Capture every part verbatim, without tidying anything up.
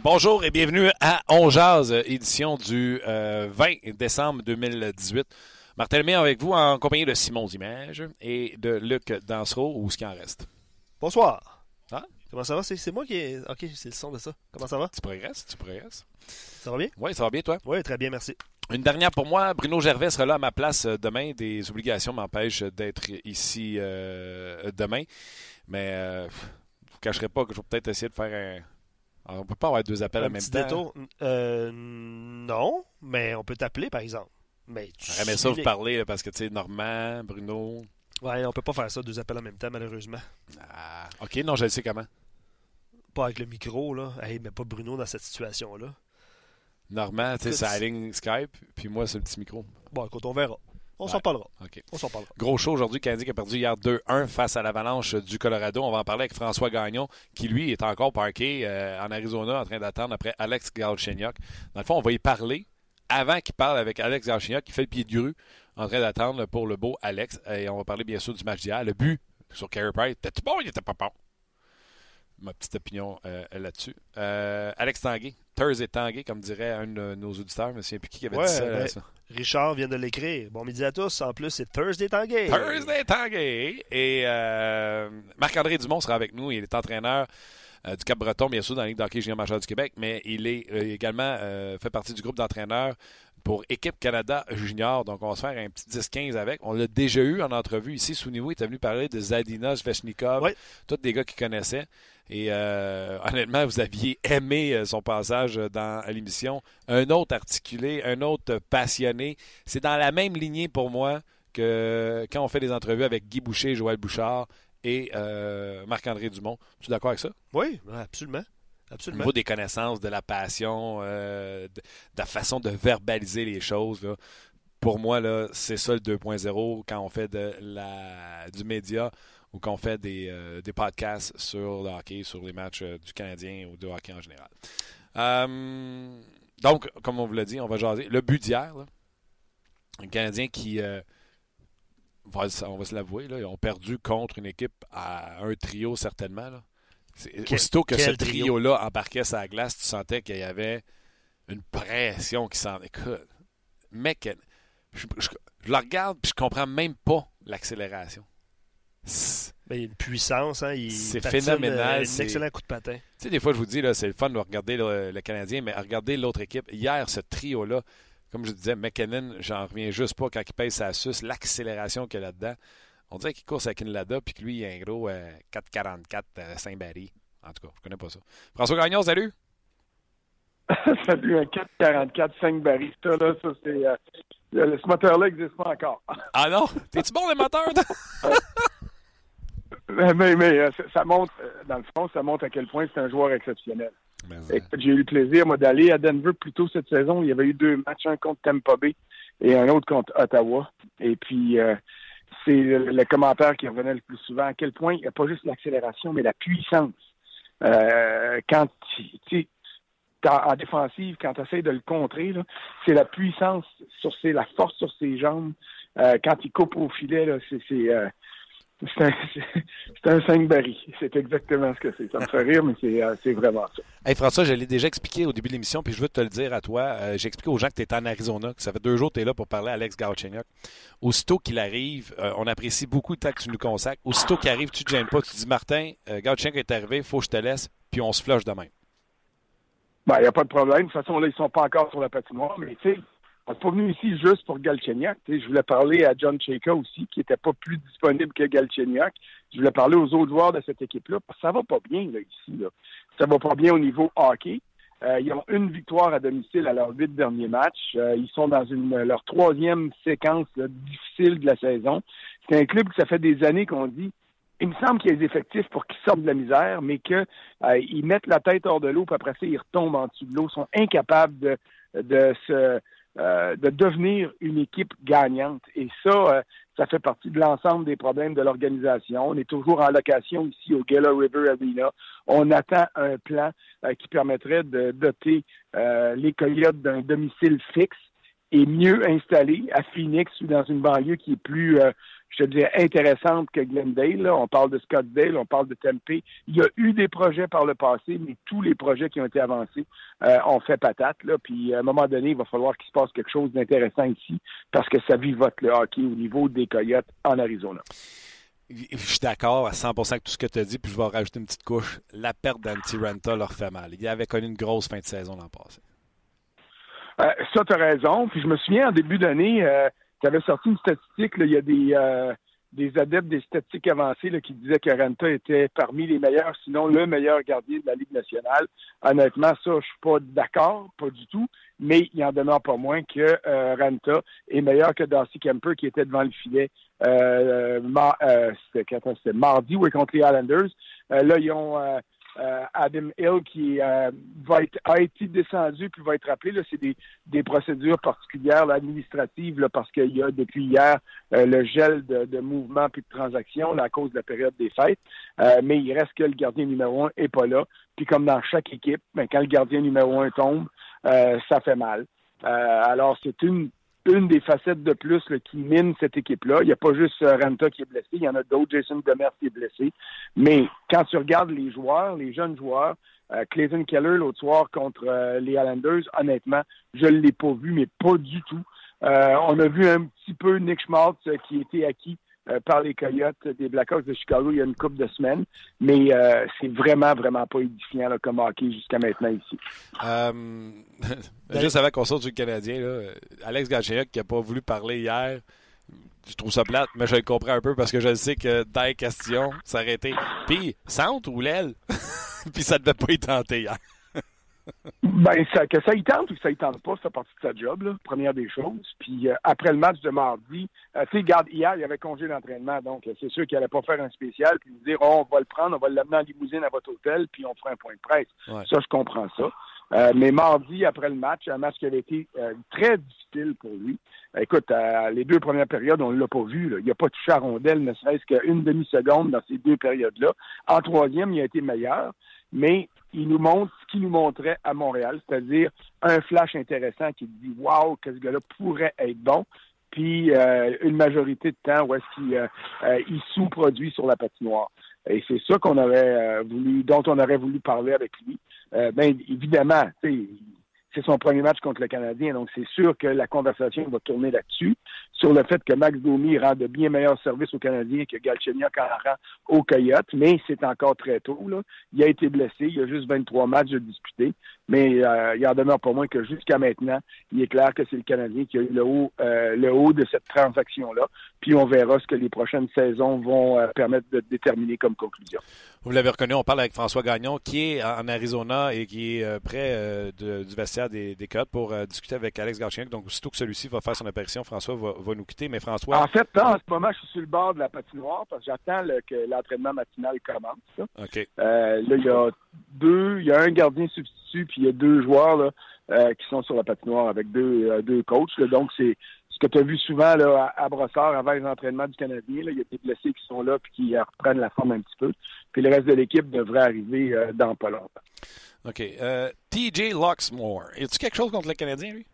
Bonjour et bienvenue à On Jase, édition du euh, vingt décembre deux mille dix-huit. Martin Lemay avec vous en compagnie de Simon Dimage et de Luc Dansereau, ou ce qui en reste. Bonsoir. Ah? Comment ça va? C'est, c'est moi qui ai... Ok, c'est le son de ça. Comment ça va? Tu progresses, tu progresses. Ça va bien? Oui, ça va bien, toi? Oui, très bien, merci. Une dernière pour moi. Bruno Gervais sera là à ma place demain. Des obligations m'empêchent d'être ici euh, demain. Mais euh, je ne vous cacherai pas que je vais peut-être essayer de faire un... Alors, on ne peut pas avoir deux appels un en même petit temps. Détour. Euh, non, mais on peut t'appeler, par exemple. Mais tu J'aurais aimé ça vous parler là, parce que, tu sais, Normand, Bruno... Ouais, on peut pas faire ça, deux appels en même temps, malheureusement. Ah, OK, non, je le sais comment. Pas avec le micro, là. Hey, mais pas Bruno dans cette situation-là. Normand, tu sais, c'est la ligne Skype, puis moi, c'est le petit micro. Bon, écoute, on verra. On ouais. s'en parlera. Okay. On s'en parlera. Gros show aujourd'hui. Canadien qui a perdu hier deux un face à l'Avalanche du Colorado. On va en parler avec François Gagnon, qui, lui, est encore parké euh, en Arizona en train d'attendre après Alex Galchenyuk. Dans le fond, on va y parler avant qu'il parle avec Alex Galchenyuk, qui fait le pied de grue en train d'attendre pour le beau Alex. Et on va parler, bien sûr, du match d'hier. Le but sur Carey Price, était-tu bon? Il était pas bon. Ma petite opinion euh, là-dessus. Euh, Alex Tanguay, Thursday Tanguay, comme dirait un de nos auditeurs. Je ne me souviens plus qui avait ouais, dit ça, ben, là, ça. Richard vient de l'écrire. Bon midi à tous. En plus, c'est Thursday Tanguay. Thursday Tanguay. Et euh, Marc-André Dumont sera avec nous. Il est entraîneur euh, du Cap-Breton, bien sûr, dans la Ligue d'hockey junior majeure du Québec, mais il est euh, également euh, fait partie du groupe d'entraîneurs pour Équipe Canada Junior. Donc, on va se faire un petit dix quinze avec. On l'a déjà eu en entrevue ici. Sounivo était venu parler de Zadina Svechnikov. Oui. Tous des gars qu'il connaissait. Et euh, honnêtement, vous aviez aimé son passage dans l'émission. Un autre articulé, un autre passionné. C'est dans la même lignée pour moi que quand on fait des entrevues avec Guy Boucher, Joël Bouchard et euh, Marc-André Dumont. Tu es d'accord avec ça? Oui, absolument. Absolument. Au niveau des connaissances, de la passion, euh, de, de la façon de verbaliser les choses, là, pour moi, là, c'est ça le deux point zéro quand on fait de la, du média ou qu'on fait des, euh, des podcasts sur le hockey, sur les matchs euh, du Canadien ou du hockey en général. Euh, donc, comme on vous l'a dit, on va jaser. Le but d'hier, là, un Canadien qui, euh, va, on va se l'avouer, là, ils ont perdu contre une équipe à un trio certainement, là. C'est, quel, aussitôt que ce trio. trio-là embarquait sur la glace, tu sentais qu'il y avait une pression qui s'en... Écoute, mec, je, je, je le regarde et je comprends même pas l'accélération. Ben, il y a une puissance, hein, il c'est patine, phénoménal. Euh, un c'est... excellent coup de patin. Tu sais, des fois, je vous dis, là, c'est le fun de regarder le, le Canadien, mais regarder l'autre équipe. Hier, ce trio-là, comme je disais, McKinnon, j'en reviens juste pas quand il pèse sa suce, l'accélération qu'il y a là-dedans. On dirait qu'il course avec une Lada, puis que lui, il a un gros euh, quatre quarante-quatre euh, Saint-Barry. En tout cas, je connais pas ça. François Gagnon, salut! Salut, un quatre quarante-quatre Saint-Barry. Ça, là, ça, c'est... Euh, ce moteur-là n'existe pas encore. Ah non? T'es-tu bon, les moteurs? mais mais euh, ça montre, dans le fond, ça montre à quel point c'est un joueur exceptionnel. Mais, euh... J'ai eu le plaisir, moi, d'aller à Denver plus tôt cette saison. Il y avait eu deux matchs, un contre Tampa Bay et un autre contre Ottawa. Et puis... Euh, c'est le, le commentaire qui revenait le plus souvent, à quel point il n'y a pas juste l'accélération, mais la puissance. Euh, quand tu en, en défensive, quand tu essaies de le contrer, là, c'est la puissance sur ses, la force sur ses jambes. Euh, quand il coupe au filet, là, c'est, c'est, euh, c'est un, c'est, c'est un cinq barils. C'est exactement ce que c'est. Ça me fait rire, mais c'est, euh, c'est vraiment ça. Hey François, je l'ai déjà expliqué au début de l'émission, puis je veux te le dire à toi. Euh, j'ai expliqué aux gens que tu es en Arizona, que ça fait deux jours que tu es là pour parler à Alex Galchenyuk. Aussitôt qu'il arrive, euh, on apprécie beaucoup le temps que tu nous consacres. Aussitôt qu'il arrive, tu ne te gênes pas. Tu dis, Martin, euh, Galchenyuk est arrivé, il faut que je te laisse, puis on se flush demain. Ben, il n'y a pas de problème. De toute façon, là, ils ne sont pas encore sur la patinoire, mais tu sais, on n'est pas venu ici juste pour Galchenyuk. Je voulais parler à John Chayka aussi, qui n'était pas plus disponible que Galchenyuk. Je voulais parler aux autres joueurs de cette équipe-là, parce que ça va pas bien là, ici. Là. Ça va pas bien au niveau hockey. Euh, ils ont une victoire à domicile à leurs huit derniers matchs. Euh, ils sont dans une leur troisième séquence là, difficile de la saison. C'est un club que ça fait des années qu'on dit, il me semble qu'il y a des effectifs pour qu'ils sortent de la misère, mais qu'ils euh, mettent la tête hors de l'eau, puis après ça, ils retombent en dessous de l'eau. Ils sont incapables de, de se... Euh, de devenir une équipe gagnante. Et ça, euh, ça fait partie de l'ensemble des problèmes de l'organisation. On est toujours en location ici au Gila River Arena. On attend un plan euh, qui permettrait de doter euh, les Coyotes d'un domicile fixe et mieux installé à Phoenix ou dans une banlieue qui est plus euh, je te dirais, intéressantes que Glendale. Là. On parle de Scottsdale, on parle de Tempe. Il y a eu des projets par le passé, mais tous les projets qui ont été avancés euh, ont fait patate. Là. Puis à un moment donné, il va falloir qu'il se passe quelque chose d'intéressant ici parce que ça vivote le hockey au niveau des Coyotes en Arizona. Je suis d'accord à cent pour cent avec tout ce que tu as dit, puis je vais rajouter une petite couche. La perte d'Antti Raanta leur fait mal. Il avait connu une grosse fin de saison l'an passé. Euh, ça, tu as raison. Puis je me souviens, en début d'année, euh, tu avais sorti une statistique. Là, il y a des, euh, des adeptes des statistiques avancées là, qui disaient que Raanta était parmi les meilleurs, sinon le meilleur gardien de la Ligue nationale. Honnêtement, ça, je suis pas d'accord, pas du tout. Mais il en demeure pas moins que euh, Raanta est meilleur que Darcy Kemper qui était devant le filet. Euh, mar- euh, c'était, c'était mardi, oui, contre les Islanders. Euh, là, ils ont euh, euh, Adam Hill qui euh, va être, a été descendu puis va être rappelé. Là, c'est des, des procédures particulières là, administratives là, parce qu'il y a depuis hier euh, le gel de, de mouvements puis de transactions là, à cause de la période des fêtes. Euh, mais il reste que le gardien numéro un est pas là. Puis comme dans chaque équipe, ben, quand le gardien numéro un tombe, euh, ça fait mal. Euh, alors, c'est une une des facettes de plus là, qui mine cette équipe-là. Il n'y a pas juste euh, Raanta qui est blessé, il y en a d'autres, Jason Demers qui est blessé. Mais quand tu regardes les joueurs, les jeunes joueurs, euh, Clayton Keller l'autre soir contre euh, les Islanders, honnêtement, je ne l'ai pas vu, mais pas du tout. Euh, on a vu un petit peu Nick Schmaltz euh, qui était acquis euh, par les Coyotes des Blackhawks de Chicago il y a une couple de semaines, mais euh, c'est vraiment, vraiment pas édifiant là, comme hockey jusqu'à maintenant ici. Euh, juste avant qu'on sorte du Canadien, là, Alex Galchenyuk qui n'a pas voulu parler hier, je trouve ça plate, mais je le comprends un peu parce que je sais que dans les questions, ça aurait été « Puis, centre ou l'aile? » Puis ça ne devait pas y tenter hier. Ben, ça, que ça y tente ou que ça y tente pas, c'est partie de sa job, là, première des choses. Puis euh, après le match de mardi, euh, tu sais, regarde, hier, il y avait congé d'entraînement, donc euh, c'est sûr qu'il n'allait pas faire un spécial puis nous dire oh, on va le prendre, on va l'amener en limousine à votre hôtel, puis on fera un point de presse. Ouais. Ça, je comprends ça. Euh, mais mardi, après le match, un match qui avait été euh, très difficile pour lui. Euh, écoute, euh, les deux premières périodes, on ne l'a pas vu. Là. Il n'a pas touché à rondelle, ne serait-ce qu'une demi-seconde dans ces deux périodes-là. En troisième, il a été meilleur, mais il nous montre ce qu'il nous montrait à Montréal, c'est-à-dire un flash intéressant qui dit « Wow, que ce gars-là pourrait être bon », puis euh, une majorité de temps où est-ce qu'il euh, euh, il sous-produit sur la patinoire. Et c'est ça qu'on aurait euh, voulu, dont on aurait voulu parler avec lui. Euh, ben évidemment, c'est son premier match contre le Canadien, donc c'est sûr que la conversation va tourner là-dessus, sur le fait que Max Domi rend de bien meilleurs services aux Canadiens que Galchenyuk en rend aux Coyotes, mais c'est encore très tôt. Là. Il a été blessé, il a juste vingt-trois matchs à disputer, mais euh, il en demeure pas moins que jusqu'à maintenant, il est clair que c'est le Canadien qui a eu le haut, euh, le haut de cette transaction-là, puis on verra ce que les prochaines saisons vont euh, permettre de déterminer comme conclusion. Vous l'avez reconnu, on parle avec François Gagnon, qui est en Arizona et qui est euh, près euh, de, du vestiaire des, des Coyotes pour euh, discuter avec Alex Galchenyuk. Donc, aussitôt que celui-ci va faire son apparition, François va, va nous quitter. Mais François... En fait, là, en ce moment, je suis sur le bord de la patinoire parce que j'attends là, que l'entraînement matinal commence. Là, OK. euh, là, il y a deux, il y a un gardien substitut, puis il y a deux joueurs là, euh, qui sont sur la patinoire avec deux, euh, deux coachs. Là. Donc, c'est ce que tu as vu souvent là, à, à Brossard avant les entraînements du Canadien. Là, il y a des blessés qui sont là puis qui euh, reprennent la forme un petit peu. Puis le reste de l'équipe devrait arriver euh, dans pas longtemps. OK. Euh, T J Luxmore. Y a-t-il quelque chose contre le Canadien, lui?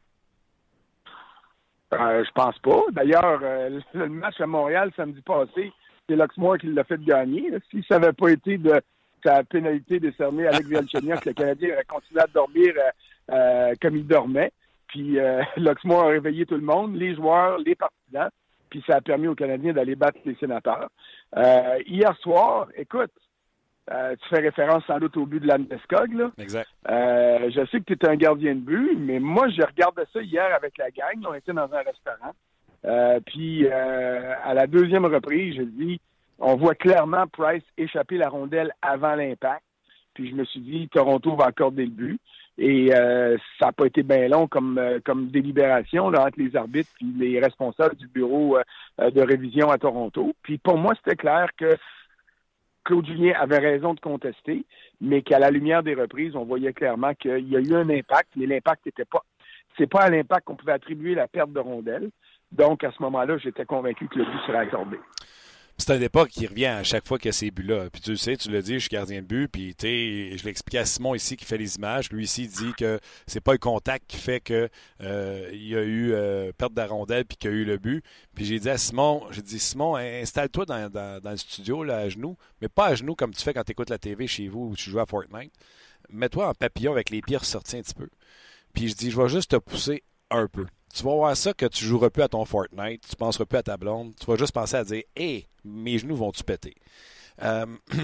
Euh, je pense pas. D'ailleurs, euh, le match à Montréal samedi passé, c'est Luxmore qui l'a fait gagner. Là. Si ça n'avait pas été de sa pénalité décernée à Alex Galchenyuk, le Canadien aurait continué à dormir euh, euh, comme il dormait. Puis euh, Luxmore a réveillé tout le monde, les joueurs, les partisans, puis ça a permis aux Canadiens d'aller battre les Sénateurs. Euh, hier soir, écoute, euh, tu fais référence sans doute au but de Landeskog, là. Exact. Euh, je sais que tu es un gardien de but, mais moi, je regardais ça hier avec la gang. On était dans un restaurant. Euh, puis, euh, à la deuxième reprise, je dis, on voit clairement Price échapper la rondelle avant l'impact. Puis, je me suis dit, Toronto va accorder le but. Et euh, ça n'a pas été bien long comme, euh, comme délibération là, entre les arbitres et les responsables du bureau euh, de révision à Toronto. Puis pour moi, c'était clair que Claude Julien avait raison de contester, mais qu'à la lumière des reprises, on voyait clairement qu'il y a eu un impact, mais l'impact n'était pas... C'est pas à l'impact qu'on pouvait attribuer la perte de rondelle. Donc, à ce moment-là, j'étais convaincu que le but serait accordé. C'est un débat qui revient à chaque fois qu'il y a ces buts-là. Puis tu le sais, tu l'as dit, je suis gardien de but, puis tu sais, je l'ai expliqué à Simon ici qui fait les images. Lui ici dit que c'est pas le contact qui fait que euh, il y a eu euh, perte de la rondelle puis qu'il y a eu le but. Puis j'ai dit à Simon, j'ai dit Simon, installe-toi dans, dans, dans le studio là, à genoux, mais pas à genoux comme tu fais quand tu écoutes la T V chez vous ou tu joues à Fortnite. Mets-toi en papillon avec les pieds ressortis un petit peu. Puis je dis, je vais juste te pousser un peu. Tu vas voir ça que tu joueras plus à ton Fortnite, tu penseras plus à ta blonde, tu vas juste penser à dire « Hé, mes genoux vont-tu péter? Euh, »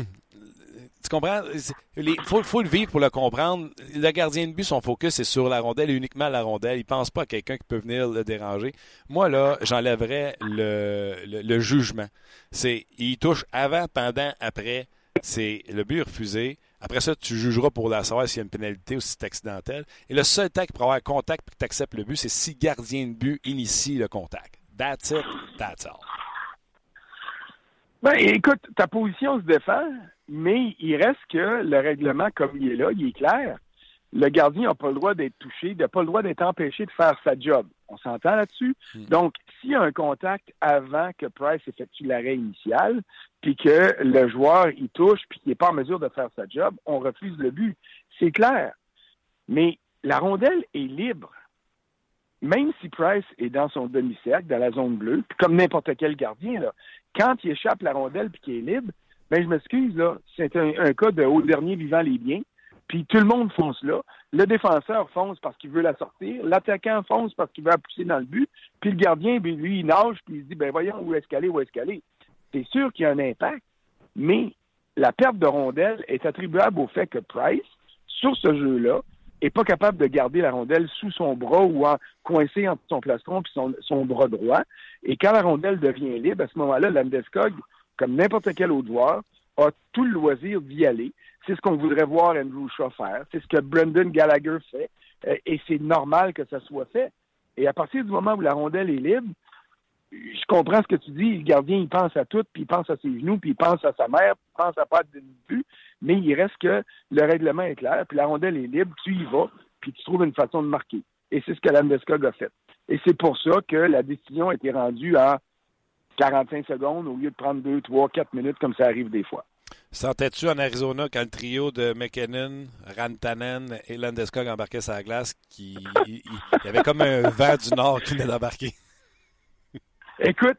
Tu comprends? Il faut, faut le vivre pour le comprendre. Le gardien de but, son focus est sur la rondelle et uniquement la rondelle. Il ne pense pas à quelqu'un qui peut venir le déranger. Moi, là, j'enlèverais le, le, le jugement. C'est, il touche avant, pendant, après. C'est le but est refusé. Après ça, tu jugeras pour la savoir s'il y a une pénalité ou si c'est accidentel. Et le seul temps qu'il pourra avoir contact et que tu acceptes le but, c'est si le gardien de but initie le contact. That's it, that's all. Ben, écoute, ta position se défend, mais il reste que le règlement, comme il est là, il est clair. Le gardien n'a pas le droit d'être touché, il n'a pas le droit d'être empêché de faire sa job. On s'entend là-dessus? Hmm. Donc, s'il y a un contact avant que Price effectue l'arrêt initial, puis que le joueur il touche, puis qu'il n'est pas en mesure de faire sa job, on refuse le but. C'est clair. Mais la rondelle est libre. Même si Price est dans son demi-cercle, dans la zone bleue, puis comme n'importe quel gardien, là, quand il échappe la rondelle puis qu'il est libre, ben je m'excuse, là, c'est un, un cas de haut dernier vivant les biens. Puis tout le monde fonce là. Le défenseur fonce parce qu'il veut la sortir. L'attaquant fonce parce qu'il veut la pousser dans le but. Puis le gardien, ben, lui, il nage puis il se dit, ben voyons, où est-ce qu'elle est, où est-ce qu'elle est. C'est sûr qu'il y a un impact, mais la perte de rondelle est attribuable au fait que Price, sur ce jeu-là, est pas capable de garder la rondelle sous son bras ou en, coincé entre son plastron et son, son bras droit. Et quand la rondelle devient libre, à ce moment-là, Landeskog, comme n'importe quel autre joueur, a tout le loisir d'y aller. C'est ce qu'on voudrait voir Andrew Shaw faire. C'est ce que Brendan Gallagher fait. Euh, et c'est normal que ça soit fait. Et à partir du moment où la rondelle est libre, je comprends ce que tu dis. Le gardien, il pense à tout, puis il pense à ses genoux, puis il pense à sa mère, puis il pense à pas de but. Mais il reste que le règlement est clair, puis la rondelle est libre, tu y vas, puis tu trouves une façon de marquer. Et c'est ce que Landeskog a fait. Et c'est pour ça que la décision a été rendue en quarante-cinq secondes au lieu de prendre deux, trois, quatre minutes comme ça arrive des fois. Sentais-tu en Arizona quand le trio de McKinnon, Rantanen et Landeskog embarquaient sur la glace qu'il il, il y avait comme un vent du nord qui venait d'embarquer? Écoute,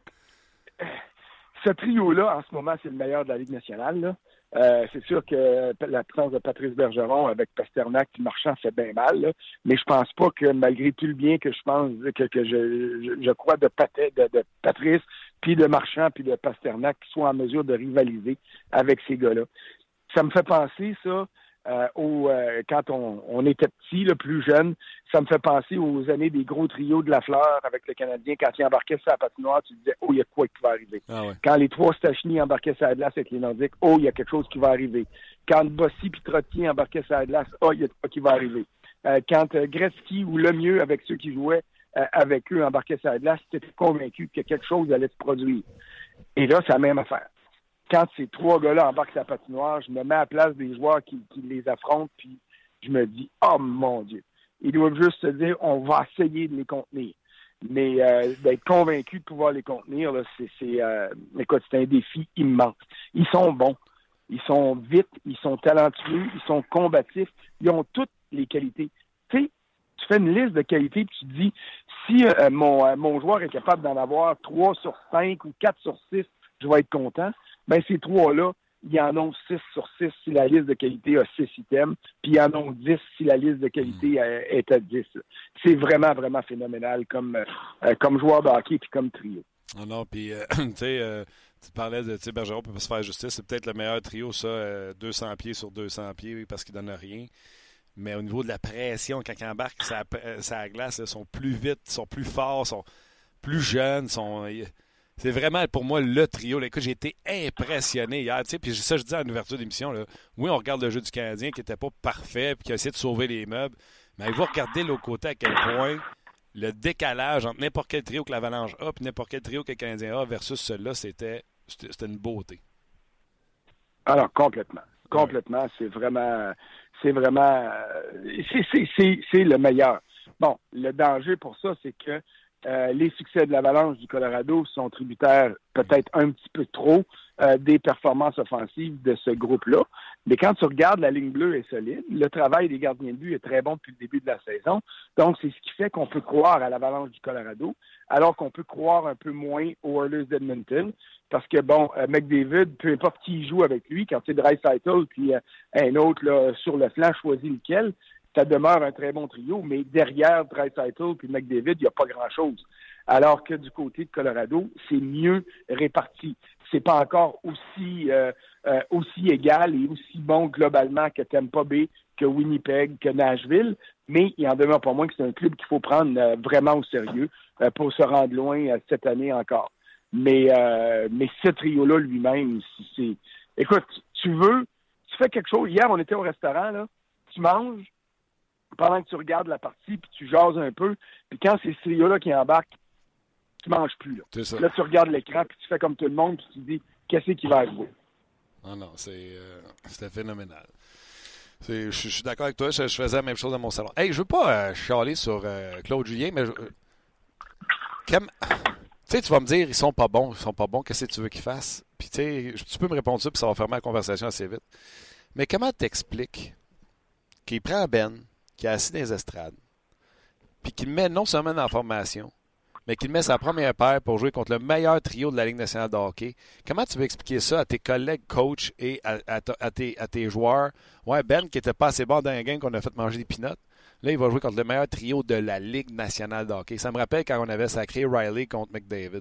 ce trio-là, en ce moment, c'est le meilleur de la Ligue nationale. Là. Euh, c'est sûr que la présence de Patrice Bergeron avec Pasternak et Marchand fait bien mal, là. Mais je pense pas que malgré tout le bien que je pense que, que je, je, je crois de, Pat, de, de Patrice, puis de Marchand, puis de Pasternak, qui soient en mesure de rivaliser avec ces gars-là. Ça me fait penser, ça, euh, au, euh, quand on, on était petit, le plus jeune, ça me fait penser aux années des gros trios de Lafleur avec le Canadien. Quand il embarquait sur la patinoire, tu disais « Oh, il y a quoi qui va arriver? Ah ouais. » Quand les trois Stachny embarquaient sur la glace avec les Nordiques, « Oh, il y a quelque chose qui va arriver. » Quand Bossy et Trottier embarquaient sur la glace, « Oh, il y a quoi qui va arriver. » euh, Quand euh, Gretzky ou Lemieux, avec ceux qui jouaient euh, avec eux, embarquaient sur la glace, tu étais convaincu que quelque chose allait se produire. Et là, c'est la même affaire. Quand ces trois gars-là embarquent sur la patinoire, je me mets à la place des joueurs qui, qui les affrontent, puis je me dis « Oh, mon Dieu! » Ils doivent juste se dire, on va essayer de les contenir. Mais euh, d'être convaincu de pouvoir les contenir, là, c'est, c'est, euh, écoute, c'est un défi immense. Ils sont bons, ils sont vite, ils sont talentueux, ils sont combatifs, ils ont toutes les qualités. Tu sais, tu fais une liste de qualités, puis tu te dis, si euh, mon, euh, mon joueur est capable d'en avoir trois sur cinq ou quatre sur six, je vais être content. Ben ces trois-là, il y en a six sur six si la liste de qualité a six items, puis il y en a dix si la liste de qualité est à dix. C'est vraiment, vraiment phénoménal comme, euh, comme joueur de hockey puis comme trio. Non, non, puis euh, tu sais, euh, tu parlais de Bergeron peut pas se faire justice, c'est peut-être le meilleur trio, ça, euh, deux cents pieds sur deux cents pieds, oui, parce qu'il donne rien. Mais au niveau de la pression, quand ils embarquent sa, sa glace, là, ils sont plus vite, ils sont plus forts, ils sont plus jeunes, sont... C'est vraiment, pour moi, le trio. Là, écoute, j'ai été impressionné hier. Tu sais, puis ça, je dis à l'ouverture d'émission, là, oui, on regarde le jeu du Canadien qui n'était pas parfait puis qui a essayé de sauver les meubles. Mais vous regardez l'autre côté à quel point le décalage entre n'importe quel trio que l'Avalanche a et n'importe quel trio que le Canadien a versus celui-là, c'était, c'était, c'était une beauté. Alors, complètement. Complètement. Ouais. C'est vraiment... C'est vraiment... C'est, c'est, c'est, c'est le meilleur. Bon, le danger pour ça, c'est que euh, les succès de l'Avalanche du Colorado sont tributaires peut-être un petit peu trop euh, des performances offensives de ce groupe-là. Mais quand tu regardes, la ligne bleue est solide. Le travail des gardiens de but est très bon depuis le début de la saison. Donc, c'est ce qui fait qu'on peut croire à l'Avalanche du Colorado, alors qu'on peut croire un peu moins aux Oilers d'Edmonton. Parce que, bon, euh, McDavid, peu importe qui joue avec lui, quand c'est Draisaitl puis euh, un autre là, sur le flanc, choisit lequel, ça demeure un très bon trio. Mais derrière Draisaitl puis McDavid, il n'y a pas grand-chose. Alors que du côté de Colorado, c'est mieux réparti. C'est pas encore aussi euh, euh, aussi égal et aussi bon globalement que Tampa Bay, que Winnipeg, que Nashville, mais il en demeure pas moins que c'est un club qu'il faut prendre euh, vraiment au sérieux euh, pour se rendre loin euh, cette année encore. Mais euh, mais ce trio-là lui-même, c'est... Écoute, tu veux, tu fais quelque chose. Hier, on était au restaurant, là, tu manges pendant que tu regardes la partie, puis tu jases un peu, puis quand c'est ce trio-là qui embarque, tu manges plus. Là. C'est ça. Là, tu regardes l'écran, puis tu fais comme tout le monde, puis tu te dis, qu'est-ce qui va arriver? Non, non, c'est, euh, c'était phénoménal. C'est, je, je suis d'accord avec toi, je, je faisais la même chose dans mon salon. Hey, je veux pas euh, chialer sur euh, Claude Julien, mais je, euh, comme, tu sais, tu vas me dire, ils sont pas bons, ils sont pas bons, qu'est-ce que tu veux qu'ils fassent? Puis tu sais, tu peux me répondre ça, puis ça va fermer la conversation assez vite. Mais comment t'expliques qu'il prend Ben, qui est assis dans les estrades, puis qu'il le met non seulement dans la formation, mais qu'il met sa première paire pour jouer contre le meilleur trio de la Ligue nationale de hockey. Comment tu veux expliquer ça à tes collègues coachs et à, à, à, tes, à tes joueurs? Ouais, Ben, qui était pas assez bon dans un game qu'on a fait manger des peanuts, là, il va jouer contre le meilleur trio de la Ligue nationale de hockey. Ça me rappelle quand on avait sacré Riley contre McDavid.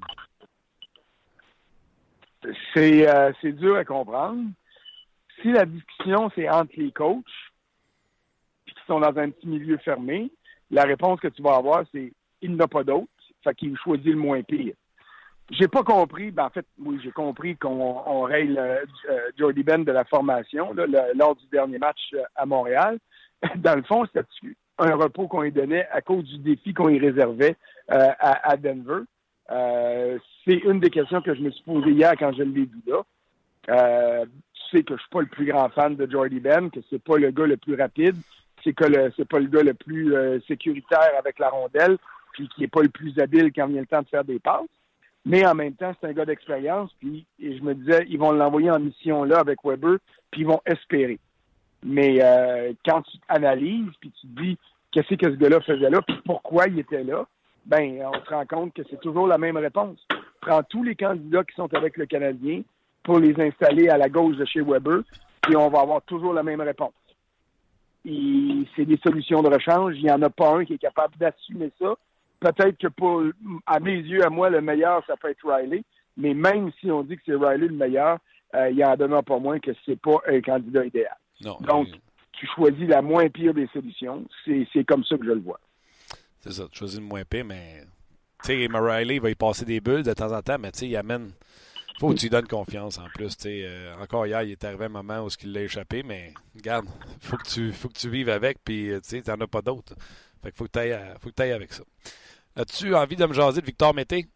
C'est, euh, c'est dur à comprendre. Si la discussion, c'est entre les coachs, puis qui sont dans un petit milieu fermé, la réponse que tu vas avoir, c'est « il n'y en a pas d'autres ». Fait qu'il choisit le moins pire. J'ai pas compris, ben en fait, oui, j'ai compris qu'on on raye euh, Jordie Benn de la formation là, le, lors du dernier match euh, à Montréal. Dans le fond, c'était un repos qu'on lui donnait à cause du défi qu'on lui réservait euh, à, à Denver. Euh, c'est une des questions que je me suis posée hier quand je l'ai vu là. Euh, tu sais que je suis pas le plus grand fan de Jordie Benn, que c'est pas le gars le plus rapide, c'est que le, c'est pas le gars le plus euh, sécuritaire avec la rondelle, puis qui n'est pas le plus habile quand vient le temps de faire des passes. Mais en même temps, c'est un gars d'expérience, puis et je me disais, ils vont l'envoyer en mission là avec Weber, puis ils vont espérer. Mais euh, quand tu analyses, puis tu te dis, qu'est-ce que ce gars-là faisait là, puis pourquoi il était là, ben on se rend compte que c'est toujours la même réponse. Prends tous les candidats qui sont avec le Canadien pour les installer à la gauche de chez Weber, puis on va avoir toujours la même réponse. Et c'est des solutions de rechange. Il n'y en a pas un qui est capable d'assumer ça. Peut-être que pour, à mes yeux, à moi, le meilleur, ça peut être Riley. Mais même si on dit que c'est Riley le meilleur, euh, il en demeure pas moins que c'est pas un candidat idéal. Non, Donc, mais... tu choisis la moins pire des solutions. C'est, c'est comme ça que je le vois. C'est ça, tu choisis le moins pire, mais... Tu sais, Riley, il va y passer des bulles de temps en temps, mais tu sais, il amène... Faut que tu lui donnes confiance en plus. Euh, encore hier, il est arrivé un moment où il l'a échappé, mais regarde, faut que tu faut que tu vives avec, puis tu n'en as pas d'autres. Fait que faut que tu ailles avec ça. As-tu envie de me jaser de Victor Mété?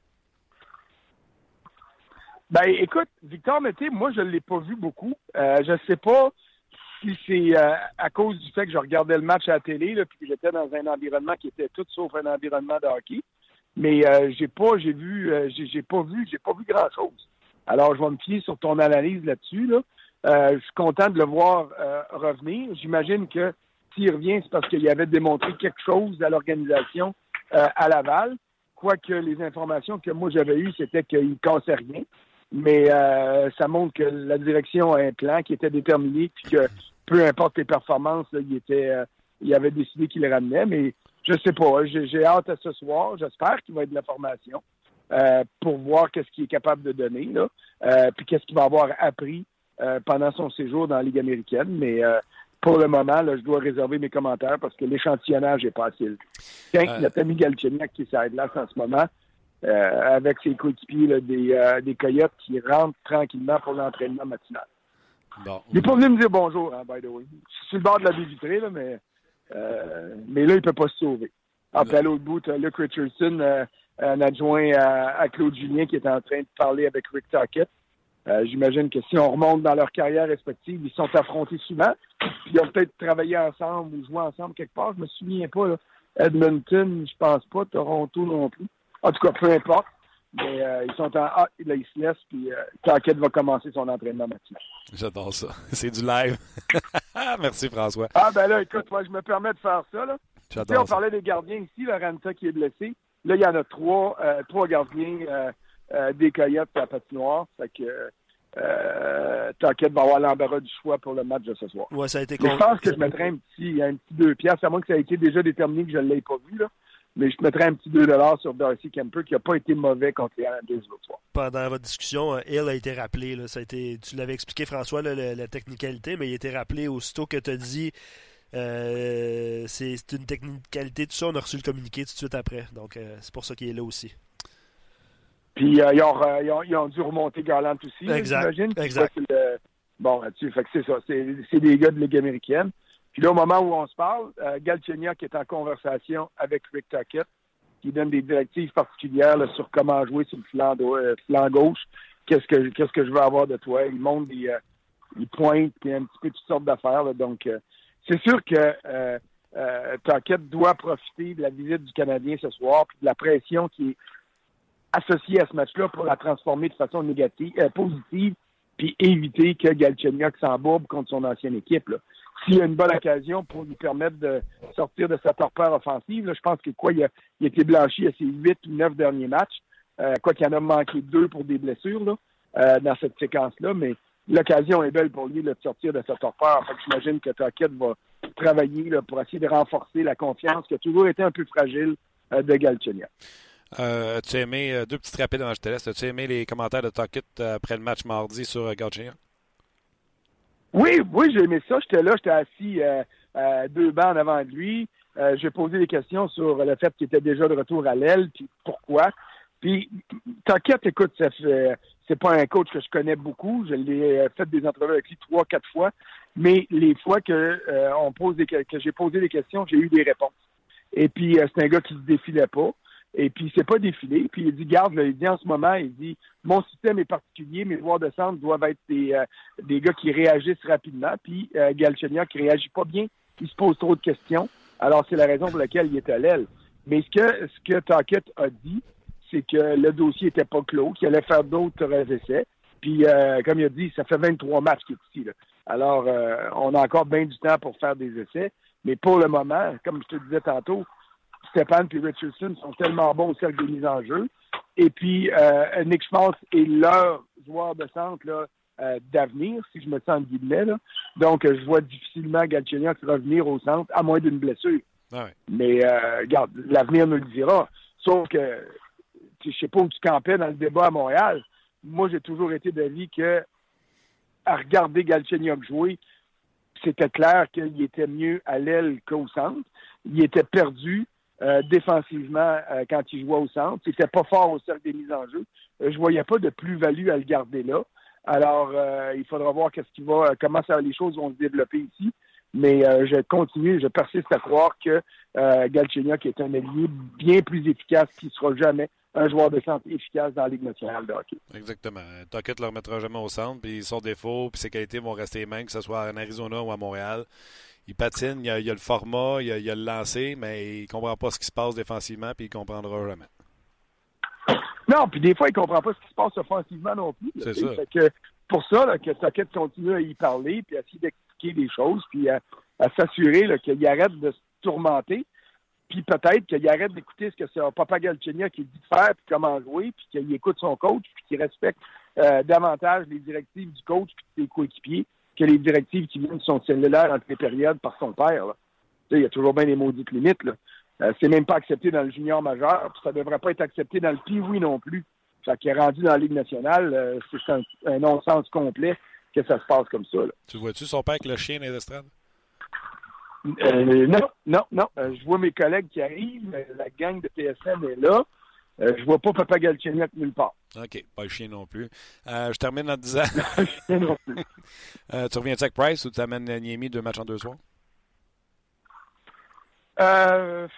Ben écoute, Victor Mété, moi je ne l'ai pas vu beaucoup. Euh, je ne sais pas si c'est euh, à cause du fait que je regardais le match à la télé, là, puis que j'étais dans un environnement qui était tout sauf un environnement de hockey. Mais euh, j'ai pas, j'ai vu, euh, j'ai, j'ai pas vu, j'ai pas vu grand-chose. Alors, je vais me fier sur ton analyse là-dessus. Là. Euh, je suis content de le voir euh, revenir. J'imagine que s'il revient, c'est parce qu'il avait démontré quelque chose à l'organisation euh, à Laval. Quoique les informations que moi j'avais eues, c'était qu'il ne cassait rien. Mais euh, ça montre que la direction a un plan qui était déterminé, puis que peu importe les performances, là, il était, euh, il avait décidé qu'il le ramenait. Mais je sais pas, j'ai, j'ai hâte à ce soir. J'espère qu'il va être de la formation euh, pour voir qu'est-ce qu'il est capable de donner, là, euh, puis qu'est-ce qu'il va avoir appris euh, pendant son séjour dans la Ligue américaine. Mais euh, pour le moment, là, je dois réserver mes commentaires parce que l'échantillonnage n'est pas assez élevé. Tiens, euh... notre ami Galchenyuk qui s'aide là en ce moment, euh, avec ses coéquipiers là, des, euh, des Coyotes qui rentrent tranquillement pour l'entraînement matinal. Bon. Il n'est pas venu me dire bonjour, hein, by the way. Je suis sur le bord de la baie vitrée, là, mais... Euh, mais là, il ne peut pas se sauver. Après, à l'autre bout, tu as Luke Richardson, euh, un adjoint à, à Claude Julien, qui est en train de parler avec Rick Tocchet. Euh, j'imagine que si on remonte dans leur carrière respective, ils sont affrontés souvent. Puis ils ont peut-être travaillé ensemble ou joué ensemble quelque part. Je me souviens pas. Là. Edmonton, je pense pas. Toronto non plus. En tout cas, peu importe. Mais euh, ils sont en A, là, ils se laissent, puis euh, Tocchet va commencer son entraînement matinal. J'adore ça. C'est du live. Merci, François. Ah, ben là, écoute, moi, je me permets de faire ça, là. J'adore Puis, on ça. parlait des gardiens ici, Lorenza qui est blessé. Là, il y en a trois, euh, trois gardiens euh, euh, des Coyotes à la patinoire. Fait que euh, Tocchet va avoir l'embarras du choix pour le match de ce soir. Ouais, ça a été Mais je con- pense que je mettrais un petit, un petit deux piastres, à moins que ça ait été déjà déterminé que je ne l'ai pas vu, là. Mais je mettrais un petit deux dollars sur Darcy Kemper qui n'a pas été mauvais contre les Islanders l'autre soir. Pendant votre discussion, euh, Hill a été rappelé. Là, ça a été, tu l'avais expliqué, François, là, la, la technicalité, mais il a été rappelé aussitôt que tu as dit euh, c'est, c'est une technicalité, tout ça. On a reçu le communiqué tout de suite après. Donc, euh, c'est pour ça qu'il est là aussi. Puis euh, ils, ont, euh, ils, ont, ils ont dû remonter Garland aussi, là, Exact, j'imagine. Puis exact. ça, c'est le- Bon, là-dessus, fait que c'est ça. C'est, c'est des gars de Ligue américaine. Puis là, au moment où on se parle, euh, Galchenyuk est en conversation avec Rick Tocchet, qui donne des directives particulières là, sur comment jouer sur le flanc, euh, flanc gauche. Qu'est-ce que, qu'est-ce que je veux avoir de toi? Il montre des, euh, il pointe, puis un petit peu toutes sortes d'affaires. Là. Donc, euh, c'est sûr que euh, euh, Tocchet doit profiter de la visite du Canadien ce soir, puis de la pression qui est associée à ce match-là pour la transformer de façon négative, euh, positive, puis éviter que Galchenyuk s'embourbe contre son ancienne équipe. Là. S'il y a une bonne occasion pour lui permettre de sortir de sa torpeur offensive, là, je pense que quoi, il a, il a été blanchi à ses huit ou neuf derniers matchs, euh, quoi qu'il en a manqué deux pour des blessures là, euh, dans cette séquence-là, mais l'occasion est belle pour lui là, de sortir de sa torpeur. Fait que j'imagine que Tocchet va travailler là, pour essayer de renforcer la confiance qui a toujours été un peu fragile euh, de Galchenyuk. Euh, as-tu aimé, euh, deux petites rapides avant que je te laisse, as-tu aimé les commentaires de Tocchet euh, après le match mardi sur euh, Galchenyuk? Oui, oui, j'ai aimé ça. J'étais là, j'étais assis euh, euh, deux bancs en avant de lui. Euh, j'ai posé des questions sur le fait qu'il était déjà de retour à l'aile, puis pourquoi. Puis, Tocchet, écoute, ça fait, c'est pas un coach que je connais beaucoup. Je l'ai fait des entrevues avec lui trois, quatre fois. Mais les fois que euh, on pose des, que j'ai posé des questions, j'ai eu des réponses. Et puis, euh, c'est un gars qui se défilait pas. Et puis, il s'est pas défilé. Puis, il dit, garde, là, il dit en ce moment, il dit, mon système est particulier, mes joueurs de centre doivent être des, euh, des gars qui réagissent rapidement. Puis, euh, Galchenyuk qui réagit pas bien, il se pose trop de questions. Alors, c'est la raison pour laquelle il est à l'aile. Mais ce que, ce que Tocchet a dit, c'est que le dossier était pas clos, qu'il allait faire d'autres essais. Puis, euh, comme il a dit, ça fait vingt-trois matchs qu'il est ici, là. Alors, euh, on a encore bien du temps pour faire des essais. Mais pour le moment, comme je te disais tantôt, Stéphane et Richardson sont tellement bons au cercle des mises en jeu. Et puis, euh, Nick Schmaltz est leur joueur de centre là, euh, d'avenir, si je me sens en guillemets. Là. Donc, je vois difficilement Galchenyuk revenir au centre, à moins d'une blessure. Ah ouais. Mais, euh, regarde, l'avenir nous le dira. Sauf que, je sais pas où tu campais dans le débat à Montréal. Moi, j'ai toujours été d'avis que, à regarder Galchenyuk jouer, c'était clair qu'il était mieux à l'aile qu'au centre. Il était perdu. Euh, défensivement euh, quand il jouait au centre. C'était pas fort au cercle des mises en jeu. Euh, je voyais pas de plus-value à le garder là. Alors, euh, il faudra voir qu'est-ce qui va, comment ça, les choses vont se développer ici. Mais euh, je continue, je persiste à croire que euh, Galchenyuk est un allié bien plus efficace qu'il sera jamais un joueur de centre efficace dans la Ligue nationale de hockey. Exactement. Tocchet ne le remettra jamais au centre, puis son défaut, puis ses qualités vont rester les mêmes, que ce soit en Arizona ou à Montréal. Il patine, il a, il a le format, il a, il a le lancer, mais il ne comprend pas ce qui se passe défensivement, puis il ne comprendra jamais. Non, puis des fois, il ne comprend pas ce qui se passe offensivement non plus. Là, c'est ça. Fait que pour ça, là, que Tocchet continue à y parler, puis à essayer d'expliquer des choses, puis à, à s'assurer là, qu'il arrête de se tourmenter, puis peut-être qu'il arrête d'écouter ce que c'est Papa Galchenyuk qui dit de faire, puis comment jouer, puis qu'il écoute son coach, puis qu'il respecte euh, davantage les directives du coach puis de ses coéquipiers que les directives qui viennent de son cellulaire entre les périodes par son père. Là. Il y a toujours bien des maudites limites. Là. Euh, c'est même pas accepté dans le junior majeur, puis ça devrait pas être accepté dans le pee-wee non plus. Fait qu'il est rendu dans la Ligue nationale, euh, c'est un, un non-sens complet que ça se passe comme ça. Là. Tu vois-tu son père avec le chien dans les estrades? Euh, non, non, non. Euh, je vois mes collègues qui arrivent, euh, la gang de T S N est là. Euh, je vois pas Papa Galchenyuk nulle part. OK, pas le chien non plus. Euh, je termine en te disant... non plus. euh, tu reviens-tu avec Price ou tu amènes Niemi deux matchs en deux soirs? Euh...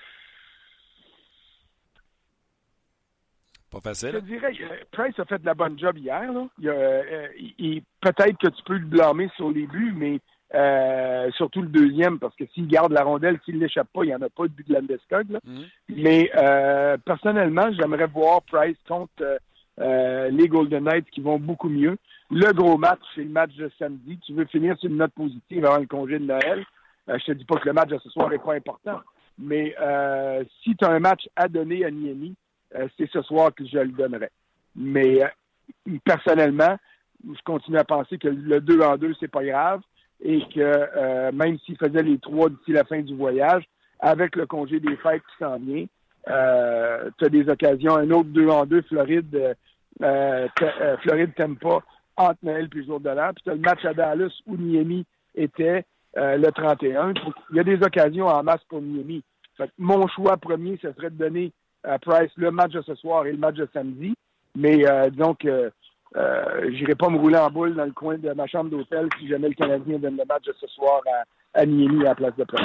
Pas facile. Je te dirais, euh, Price a fait de la bonne job hier. Là. Il a, euh, il, il, peut-être que tu peux le blâmer sur les buts, mais Euh, surtout le deuxième, parce que s'il garde la rondelle, s'il ne l'échappe pas, il n'y en a pas de but de Landeskog. Mm-hmm. Mais euh, personnellement, j'aimerais voir Price contre euh, euh, les Golden Knights qui vont beaucoup mieux. Le gros match, c'est le match de samedi. Tu veux finir sur une note positive avant le congé de Noël. Euh, je te dis pas que le match de ce soir n'est pas important. Mais euh, si tu as un match à donner à Niemi, euh, c'est ce soir que je le donnerais. Mais euh, personnellement, je continue à penser que le deux en deux, c'est pas grave. Et que euh, même s'il faisait les trois d'ici la fin du voyage, avec le congé des fêtes qui s'en vient, euh, tu as des occasions, un autre deux en deux, Floride, euh, t- euh, Floride t'aime pas entre Noël et le jour de l'an. Puis tu as le match à Dallas où Niemi était euh, le trente et un. Donc, il y a des occasions en masse pour Niemi. Fait que mon choix premier, ce serait de donner à Price le match de ce soir et le match de samedi. Mais euh, disons que Euh, j'irai pas me rouler en boule dans le coin de ma chambre d'hôtel si jamais le Canadien donne le match de ce soir à, à Niemi à la place de Price.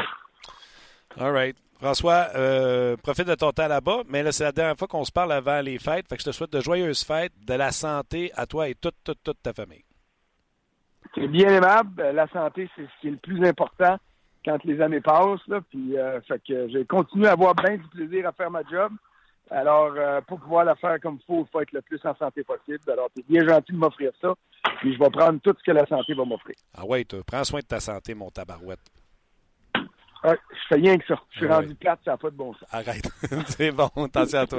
All right. François, euh, profite de ton temps là-bas, mais là, c'est la dernière fois qu'on se parle avant les fêtes. Fait que je te souhaite de joyeuses fêtes, de la santé à toi et toute, toute, toute ta famille. C'est bien aimable. La santé, c'est ce qui est le plus important quand les années passent. Là. Puis, euh, fait que j'ai continué à avoir bien du plaisir à faire ma job. Alors, euh, pour pouvoir la faire comme il faut, il faut être le plus en santé possible. Alors, tu es bien gentil de m'offrir ça. Puis, je vais prendre tout ce que la santé va m'offrir. Ah ouais, toi, prends soin de ta santé, mon tabarouette. Ouais, je fais rien que ça. Je suis ah rendu ouais. plate, ça n'a pas de bon sens. Arrête. C'est bon. Attention à toi.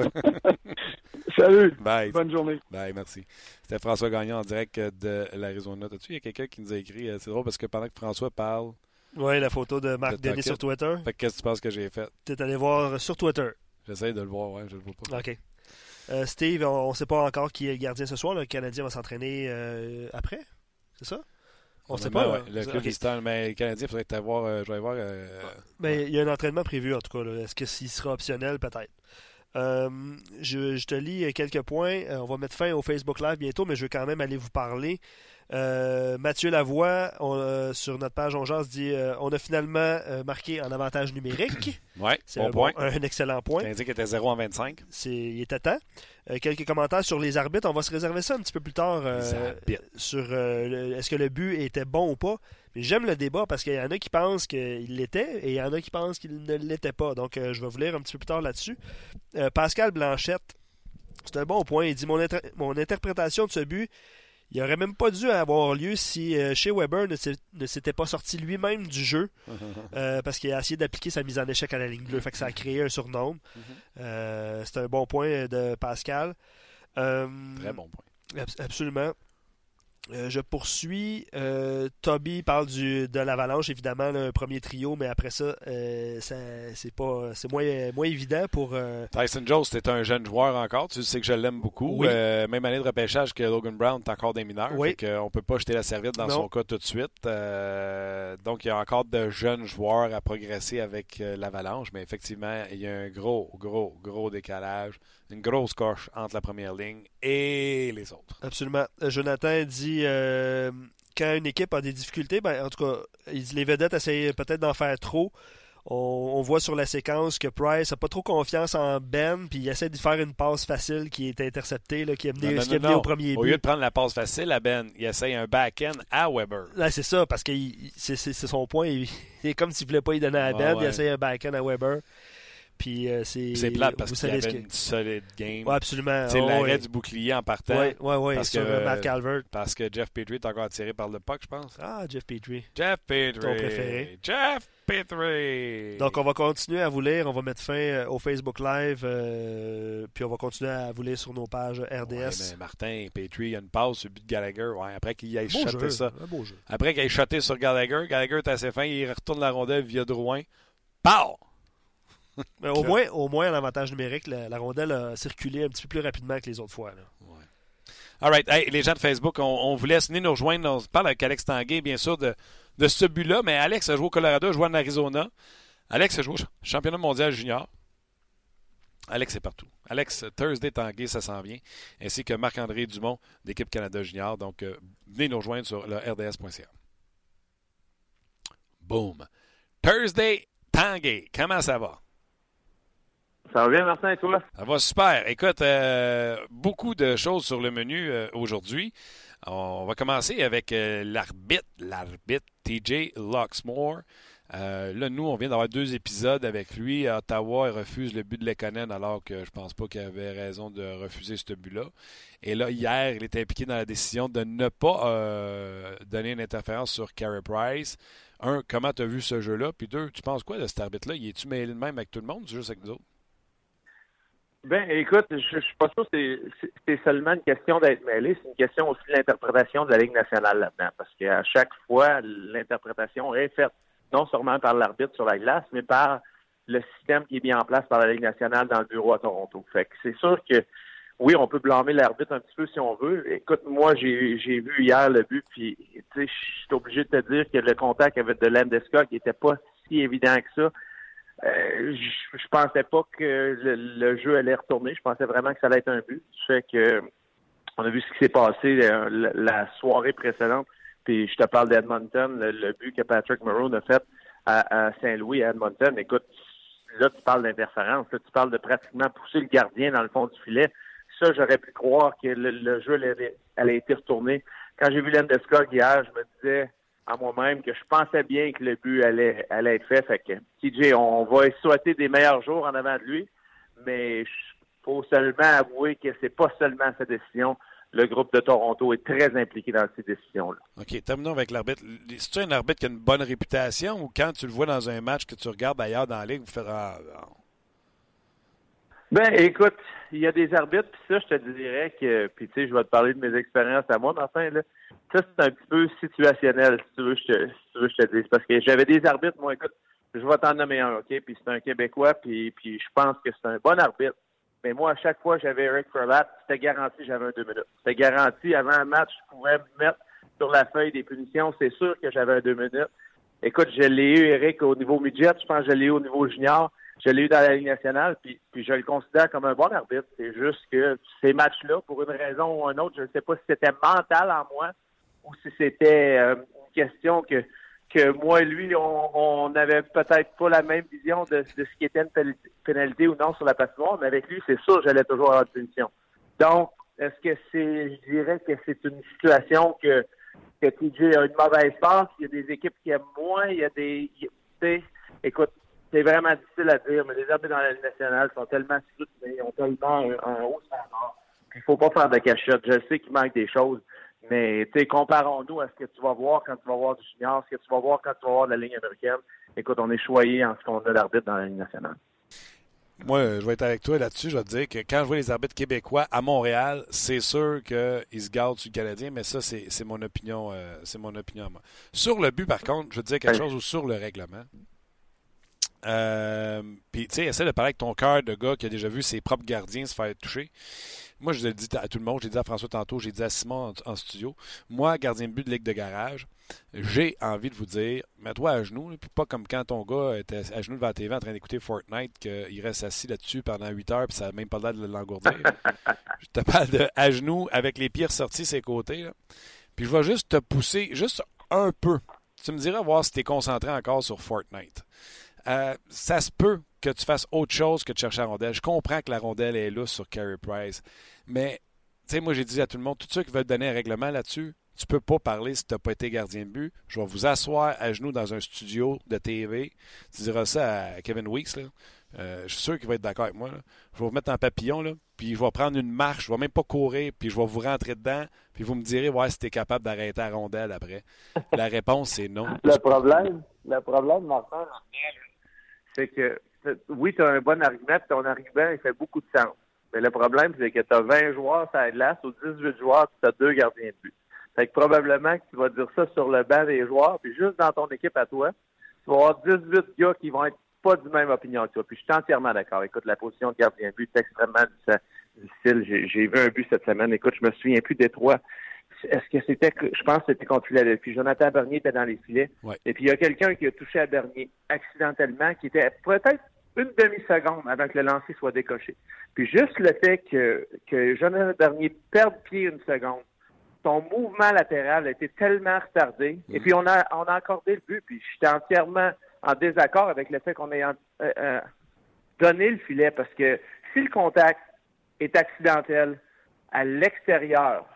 Salut. Bye. Bonne journée. Bye, merci. C'était François Gagnon en direct de l'Arizona. T'as-tu, il y a quelqu'un qui nous a écrit, c'est drôle parce que pendant que François parle... Oui, la photo de Marc Denis sur Twitter. Fait que qu'est-ce que tu penses que j'ai fait? Tu es allé voir sur Twitter. J'essaie de le voir, ouais, je le vois pas. OK. Euh, Steve, on ne sait pas encore qui est le gardien ce soir. Le Canadien va s'entraîner euh, après, c'est ça? On ne sait pas. Ouais, hein? Le club visiteur, mais le Canadien, il faudrait que tu voir, euh, je vais voir. Euh... Ben, il y a un entraînement prévu, en tout cas. Là. Est-ce que s'il sera optionnel, peut-être? Euh, je, je te lis quelques points. Euh, on va mettre fin au Facebook Live bientôt, mais je veux quand même aller vous parler. Euh, Mathieu Lavoie, on, euh, sur notre page On Jase, dit euh, on a finalement euh, marqué en avantage numérique. Oui, c'est bon un, point. Bon, un excellent point. Le Canadien qui était zéro en vingt-cinq. C'est, il était temps. Euh, quelques commentaires sur les arbitres. On va se réserver ça un petit peu plus tard. Euh, sur euh, le, est-ce que le but était bon ou pas. Mais j'aime le débat parce qu'il y en a qui pensent qu'il l'était et il y en a qui pensent qu'il ne l'était pas. Donc, euh, je vais vous lire un petit peu plus tard là-dessus. Euh, Pascal Blanchette, c'est un bon point. Il dit mon, inter- mon interprétation de ce but, il n'aurait même pas dû avoir lieu si euh, Shea Weber ne, ne s'était pas sorti lui-même du jeu euh, parce qu'il a essayé d'appliquer sa mise en échec à la ligne bleue. Fait que ça a créé un surnombre. Euh, c'est un bon point de Pascal. Euh, Très bon point. Ab- absolument. Euh, je poursuis. Euh, Toby parle du, de l'Avalanche, évidemment, là, un premier trio, mais après ça, euh, ça c'est pas c'est moins, moins évident pour. Euh... Tyson Jones, c'est un jeune joueur encore. Tu sais que je l'aime beaucoup. Oui. Euh, même année de repêchage que Logan Brown est encore des mineurs. Oui. Fait qu'on ne peut pas jeter la serviette dans non. son cas tout de suite. Euh, donc, il y a encore de jeunes joueurs à progresser avec euh, l'Avalanche, mais effectivement, il y a un gros, gros, gros décalage. Une grosse coche entre la première ligne et les autres. Absolument. Jonathan dit euh, quand une équipe a des difficultés, ben, en tout cas, il dit les vedettes essayent peut-être d'en faire trop. On, on voit sur la séquence que Price n'a pas trop confiance en Ben, puis il essaie de faire une passe facile qui est interceptée, là, qui est menée, non, non, qui est non, menée non. au premier Au but. lieu de prendre la passe facile à Ben, il essaye un back-end à Weber. Là, c'est ça, parce que il, c'est, c'est, c'est son point. Il, il est comme s'il ne voulait pas y donner à Ben, ah, ouais. Il essaye un back-end à Weber. Puis euh, c'est, c'est plate parce qu'il y avait que... une solide game. Oui, absolument. C'est oh, l'arrêt ouais. du bouclier en partant. Oui, oui, oui, parce sur que, Matt Calvert. Parce que Jeff Petrie est encore attiré par le puck, je pense. Ah, Jeff Petrie. Jeff Petrie. Ton préféré. Jeff Petrie. Donc, on va continuer à vous lire. On va mettre fin au Facebook Live. Euh, puis, on va continuer à vous lire sur nos pages R D S. Ouais, mais Martin Petrie, il y a une passe sur le but de Gallagher. Ouais, après qu'il ait beau shoté jeu, ça. Un beau jeu. Après qu'il ait shoté sur Gallagher, Gallagher est assez fin. Il retourne la rondelle via Drouin. Pow! Mais au, moins, au moins, en avantage numérique, la, la rondelle a circulé un petit peu plus rapidement que les autres fois. Là. Ouais. All right. Hey, les gens de Facebook, on, on vous laisse venir nous rejoindre. On se parle avec Alex Tanguay, bien sûr, de, de ce but-là. Mais Alex a joué au Colorado, a joué en Arizona. Alex a joué au championnat mondial junior. Alex est partout. Alex, Thursday Tanguay, ça s'en vient. Ainsi que Marc-André Dumont d'équipe Canada Junior. Donc, euh, venez nous rejoindre sur le R D S point C A. Boom. Thursday Tanguay, comment ça va? Ça va bien, Martin, et toi? Ça va super. Écoute, euh, beaucoup de choses sur le menu euh, aujourd'hui. On va commencer avec euh, l'arbitre, l'arbitre T J Luxmore. Euh, là, nous, on vient d'avoir deux épisodes avec lui. À Ottawa, il refuse le but de Lekonen alors que je pense pas qu'il avait raison de refuser ce but-là. Et là, hier, il était impliqué dans la décision de ne pas euh, donner une interférence sur Carey Price. Un, comment tu as vu ce jeu-là? Puis deux, tu penses quoi de cet arbitre-là? Il est-tu mêlé de même avec tout le monde ou juste avec nous autres? Ben, écoute, je, je suis pas sûr que c'est, c'est, c'est seulement une question d'être mêlé, c'est une question aussi de l'interprétation de la Ligue nationale là-dedans. Parce qu'à chaque fois, l'interprétation est faite non seulement par l'arbitre sur la glace, mais par le système qui est mis en place par la Ligue nationale dans le bureau à Toronto. Fait que c'est sûr que, oui, on peut blâmer l'arbitre un petit peu si on veut. Écoute, moi, j'ai, j'ai vu hier le but, puis, tu sais, je suis obligé de te dire que le contact avec de Landeskog n'était pas si évident que ça. Euh, je, je pensais pas que le, le jeu allait retourner. Je pensais vraiment que ça allait être un but. Fait que, on a vu ce qui s'est passé la, la, la soirée précédente. Puis je te parle d'Edmonton, le, le but que Patrick Maroon a fait à, à Saint-Louis, à Edmonton. Écoute, là, tu parles d'interférence. Là, tu parles de pratiquement pousser le gardien dans le fond du filet. Ça, j'aurais pu croire que le, le jeu allait, allait été retourné. Quand j'ai vu Landeskog hier, je me disais à moi-même que je pensais bien que le but allait, allait être fait. Fait que T J, on va souhaiter des meilleurs jours en avant de lui, mais il faut seulement avouer que c'est pas seulement sa décision. Le groupe de Toronto est très impliqué dans ces décisions-là. OK, terminons avec l'arbitre. C'est-tu un arbitre qui a une bonne réputation ou quand tu le vois dans un match que tu regardes ailleurs dans la Ligue, vous faites ah, non. Ben, écoute, il y a des arbitres, puis ça, je te dirais que, puis tu sais, je vais te parler de mes expériences à moi, Martin, là. Ça, c'est un petit peu situationnel, si tu veux, je te, si tu veux, je te dise. Parce que j'avais des arbitres, moi, écoute, je vais t'en nommer un, OK? Puis c'est un Québécois, puis, puis je pense que c'est un bon arbitre. Mais moi, à chaque fois, j'avais Eric Furlat, c'était garanti, j'avais un deux minutes. C'était garanti, avant un match, je pouvais me mettre sur la feuille des punitions. C'est sûr que j'avais un deux minutes. Écoute, je l'ai eu, Eric, au niveau midget. Je pense que je l'ai eu au niveau junior. Je l'ai eu dans la Ligue nationale, puis, puis je le considère comme un bon arbitre. C'est juste que ces matchs-là, pour une raison ou une autre, je ne sais pas si c'était mental en moi ou si c'était euh, une question que que moi et lui, on n'avait peut-être pas la même vision de, de ce qui était une pénalité ou non sur la patinoire, mais avec lui, c'est sûr j'allais toujours avoir une punition. Donc, est-ce que c'est, je dirais que c'est une situation que, que T J a une mauvaise passe, il y a des équipes qui aiment moins, il y a des... Tu sais, écoute, c'est vraiment difficile à dire, mais les arbitres dans la Ligue nationale sont tellement soutenus, ils ont tellement un, un haut standard. Il ne faut pas faire de cachette. Je sais qu'il manque des choses, mais tu sais, comparons-nous à ce que tu vas voir quand tu vas voir du junior, ce que tu vas voir quand tu vas voir de la Ligue américaine. Écoute, on est choyé en ce qu'on a d'arbitre dans la Ligue nationale. Moi, je vais être avec toi là-dessus. Je vais te dire que quand je vois les arbitres québécois à Montréal, c'est sûr qu'ils se gardent sur le Canadien, mais ça, c'est, c'est mon opinion. Euh, c'est mon opinion à moi. Sur le but, par contre, je veux te dire quelque chose ou sur le règlement. Euh, Puis, tu sais, essaie de parler avec ton cœur de gars qui a déjà vu ses propres gardiens se faire toucher. Moi, je l'ai dit à tout le monde, j'ai dit à François tantôt, j'ai dit à Simon en, en studio. Moi, gardien de but de Ligue de garage, j'ai envie de vous dire, mets-toi à genoux, là, puis pas comme quand ton gars était à genoux devant la T V en train d'écouter Fortnite, qu'il reste assis là-dessus pendant huit heures, puis ça n'a même pas l'air de l'engourdir. Je te parle de à genoux, avec les pieds ressortis ses côtés. Là. Puis je vais juste te pousser, juste un peu. Tu me diras voir si tu es concentré encore sur Fortnite. Euh, ça se peut que tu fasses autre chose que de chercher la rondelle. Je comprends que la rondelle est là sur Carey Price. Mais, tu sais, moi, j'ai dit à tout le monde, tous ceux qui veulent donner un règlement là-dessus, tu peux pas parler si tu n'as pas été gardien de but. Je vais vous asseoir à genoux dans un studio de T V. Tu diras ça à Kevin Weeks, là. Euh, je suis sûr qu'il va être d'accord avec moi. Là. Je vais vous mettre en papillon, là, puis je vais prendre une marche, je vais même pas courir, puis je vais vous rentrer dedans, puis vous me direz ouais, si tu es capable d'arrêter la rondelle après. La réponse, c'est non. Le problème, le problème, Martin, c'est que oui, tu as un bon argument, puis ton argument, il fait beaucoup de sens. Mais le problème, c'est que tu as vingt joueurs sur la glace, ou dix-huit joueurs, puis tu as deux gardiens de but. Fait que probablement que tu vas dire ça sur le banc des joueurs, puis juste dans ton équipe à toi, tu vas avoir dix-huit gars qui vont être pas du même opinion que toi. Puis je suis entièrement d'accord. Écoute, la position de gardien de but est extrêmement difficile. J'ai, j'ai vu un but cette semaine. Écoute, je me souviens plus des trois. Est-ce que c'était, je pense que c'était contre Philadelphie. Jonathan Bernier était dans les filets. Ouais. Et puis il y a quelqu'un qui a touché à Bernier accidentellement, qui était peut-être une demi-seconde avant que le lancer soit décoché. Puis juste le fait que, que Jonathan Bernier perde pied une seconde, son mouvement latéral a été tellement retardé. Mmh. Et puis on a, on a accordé le but. Puis j'étais entièrement en désaccord avec le fait qu'on ait euh, euh, donné le filet. Parce que si le contact est accidentel à l'extérieur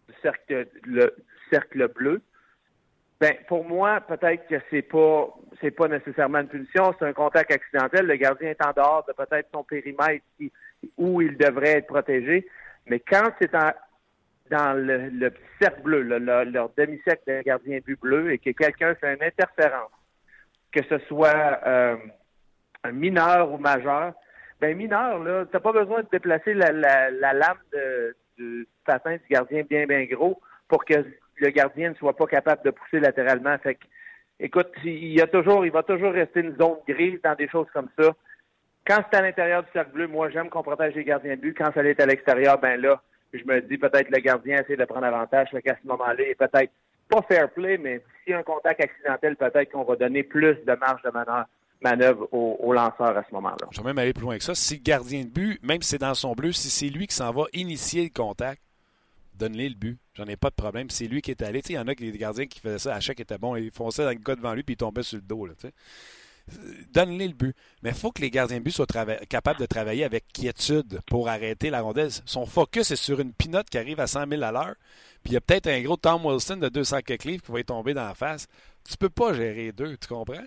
du cercle, le, du cercle bleu, ben pour moi, peut-être que c'est pas c'est pas nécessairement une punition, c'est un contact accidentel. Le gardien est en dehors de peut-être son périmètre qui, où il devrait être protégé. Mais quand c'est en, dans le, le petit cercle bleu, le, le, leur demi-cercle de gardien but bleu, et que quelqu'un fait une interférence, que ce soit euh, un mineur ou majeur, ben mineur, là, t'as pas besoin de déplacer la, la, la lame de, du patin du gardien bien, bien gros pour que le gardien ne soit pas capable de pousser latéralement. Fait que, écoute, il y a toujours, il va toujours rester une zone grise dans des choses comme ça. Quand c'est à l'intérieur du cercle bleu, moi, j'aime qu'on protège les gardiens de but. Quand ça est à l'extérieur, ben là, je me dis peut-être le gardien essaie de prendre avantage. Fait qu'à ce moment-là, il est peut-être pas fair play, mais s'il y a un contact accidentel, peut-être qu'on va donner plus de marge de manœuvre, manœuvre au, au lanceur à ce moment-là. Je vais même aller plus loin que ça. Si le gardien de but, même si c'est dans son bleu, si c'est lui qui s'en va initier le contact, donne-lui le but. J'en ai pas de problème. C'est lui qui est allé. Il y en a des gardiens qui faisaient ça. À chaque était bon. Ils fonçaient dans le gars devant lui puis ils tombaient sur le dos. Là, donne-lui le but. Mais il faut que les gardiens de but soient trava- capables de travailler avec quiétude pour arrêter la rondelle. Son focus est sur une pinotte qui arrive à cent mille à l'heure. Puis il y a peut-être un gros Tom Wilson de deux cents quelques livres qui va y tomber dans la face. Tu peux pas gérer deux. Tu comprends?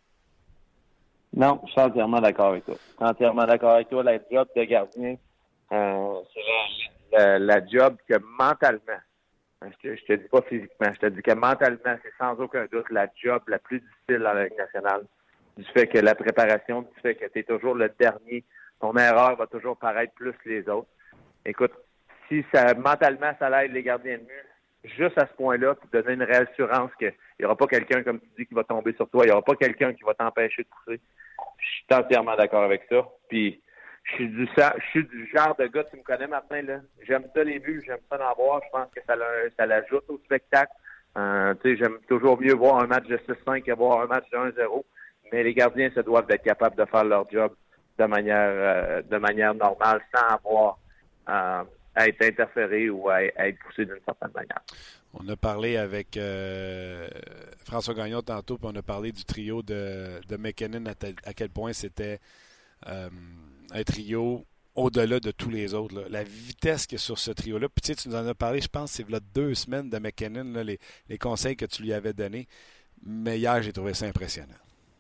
Non, je suis entièrement d'accord avec toi. Je suis entièrement d'accord avec toi. La job de gardien, euh, c'est la, la, la job que mentalement, je te, je te dis pas physiquement, je te dis que mentalement, c'est sans aucun doute la job la plus difficile dans la Ligue nationale. Du fait que la préparation, du fait que tu es toujours le dernier, ton erreur va toujours paraître plus que les autres. Écoute, si ça mentalement, ça l'aide les gardiens de but, juste à ce point-là, pour donner une réassurance qu'il n'y aura pas quelqu'un, comme tu dis, qui va tomber sur toi, il n'y aura pas quelqu'un qui va t'empêcher de pousser. Je suis entièrement d'accord avec ça. Puis, je suis du je suis du genre de gars, tu me connais, Martin, là. J'aime ça les buts, j'aime ça d'en voir. Je pense que ça, ça l'ajoute au spectacle. Euh, tu sais, j'aime toujours mieux voir un match de six cinq que voir un match de un zéro. Mais les gardiens se doivent d'être capables de faire leur job de manière euh, de manière normale, sans avoir euh, à être interféré ou à, à être poussé d'une certaine manière. On a parlé avec euh, François Gagnon tantôt, puis on a parlé du trio de, de McKinnon, à, tel, à quel point c'était euh, un trio au-delà de tous les autres. Là. La vitesse qu'il y a sur ce trio-là. Puis tu sais, tu nous en as parlé, je pense, c'est là deux semaines de McKinnon, là, les, les conseils que tu lui avais donnés. Mais hier, j'ai trouvé ça impressionnant.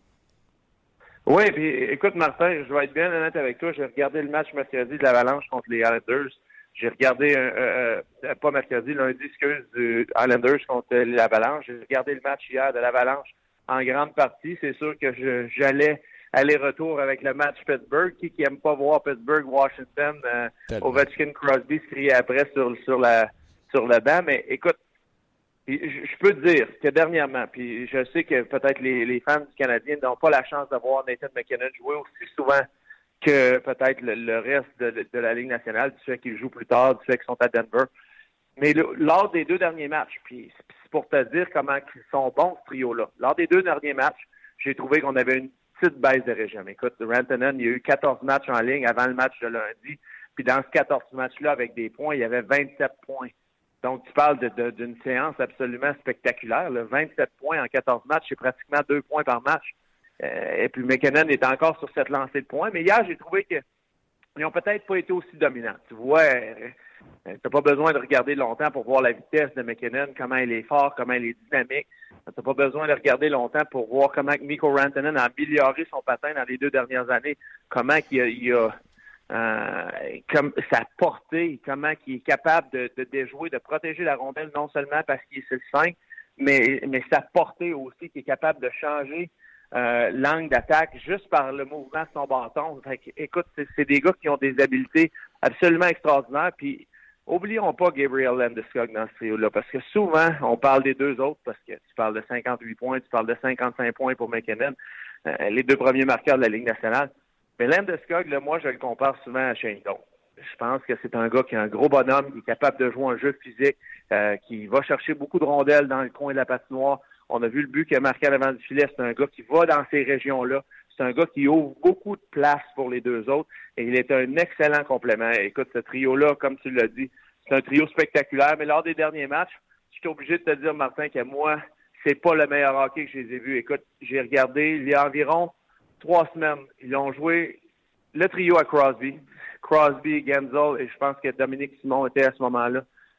Oui, puis écoute, Martin, je vais être bien honnête avec toi. J'ai regardé le match mercredi de l'Avalanche contre les Islanders. J'ai regardé, euh, euh, pas mercredi, lundi, excuse, du Islanders contre l'Avalanche. J'ai regardé le match hier de l'Avalanche en grande partie. C'est sûr que je, j'allais aller-retour avec le match Pittsburgh. Qui qui aime pas voir Pittsburgh-Washington, euh, Ovechkin, Crosby se crier après sur, sur, la, sur le banc. Mais écoute, je, je peux te dire que dernièrement, puis je sais que peut-être les, les fans du Canadien n'ont pas la chance de voir Nathan McKinnon jouer aussi souvent que peut-être le, le reste de, de, de la Ligue nationale, du fait qu'ils jouent plus tard, du fait qu'ils sont à Denver. Mais le, lors des deux derniers matchs, puis c'est pour te dire comment ils sont bons, ce trio-là. Lors des deux derniers matchs, j'ai trouvé qu'on avait une petite baisse de régime. Écoute, Rantanen, il y a eu quatorze matchs en ligne avant le match de lundi. Puis dans ce quatorze matchs-là, avec des points, il y avait vingt-sept points. Donc, tu parles de, de, d'une séance absolument spectaculaire. Là. vingt-sept points en quatorze matchs, c'est pratiquement deux points par match. Euh, et puis McKinnon est encore sur cette lancée de points. Mais hier, j'ai trouvé qu'ils n'ont peut-être pas été aussi dominants. Tu vois, euh, tu n'as pas besoin de regarder longtemps pour voir la vitesse de McKinnon, comment il est fort, comment il est dynamique. Tu n'as pas besoin de regarder longtemps pour voir comment Mikko Rantanen a amélioré son patin dans les deux dernières années, comment il a, il a euh, comme sa portée, comment il est capable de, de déjouer, de protéger la rondelle, non seulement parce qu'il est sur le cinq, mais, mais sa portée aussi, qui est capable de changer Euh, l'angle d'attaque juste par le mouvement de son bâton. Fait que, écoute, c'est, c'est des gars qui ont des habiletés absolument extraordinaires. Puis, oublions pas Gabriel Landeskog dans ce trio-là, parce que souvent, on parle des deux autres, parce que tu parles de cinquante-huit points, tu parles de cinquante-cinq points pour McKinnon, euh, les deux premiers marqueurs de la Ligue nationale. Mais Landeskog, là, moi, je le compare souvent à Shane Doan. Je pense que c'est un gars qui est un gros bonhomme, qui est capable de jouer un jeu physique, euh, qui va chercher beaucoup de rondelles dans le coin de la patinoire. On a vu le but qu'il a marqué à l'avant du filet. C'est un gars qui va dans ces régions-là. C'est un gars qui ouvre beaucoup de place pour les deux autres. Et il est un excellent complément. Écoute, ce trio-là, comme tu l'as dit, c'est un trio spectaculaire. Mais lors des derniers matchs, je suis obligé de te dire, Martin, que moi, c'est pas le meilleur hockey que je les ai vus. Écoute, j'ai regardé il y a environ trois semaines. Ils ont joué le trio à Crosby. Crosby, Gensel, et je pense que Dominique Simon était à ce moment-là.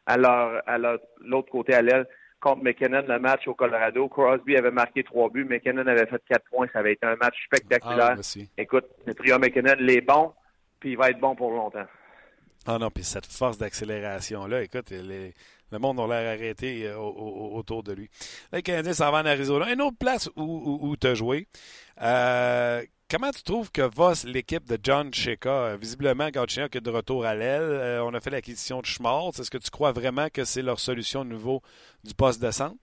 à leur, à leur, l'autre côté à l'aile contre McKinnon, le match au Colorado. Crosby avait marqué trois buts, McKinnon avait fait quatre points. Ça avait été un match spectaculaire. Ah, Écoute, le trio McKinnon, il est bon, puis il va être bon pour longtemps. Ah non, puis cette force d'accélération-là, écoute, les, le monde a l'air arrêté euh, au, au, autour de lui. Le Canadien s'en va en Arizona. Une autre place où, où, où tu as joué. Euh, comment tu trouves que va l'équipe de John Chayka? Visiblement, Galchenyuk est de retour à l'aile. Euh, on a fait l'acquisition de Schmaltz. Est-ce que tu crois vraiment que c'est leur solution au niveau du poste de centre?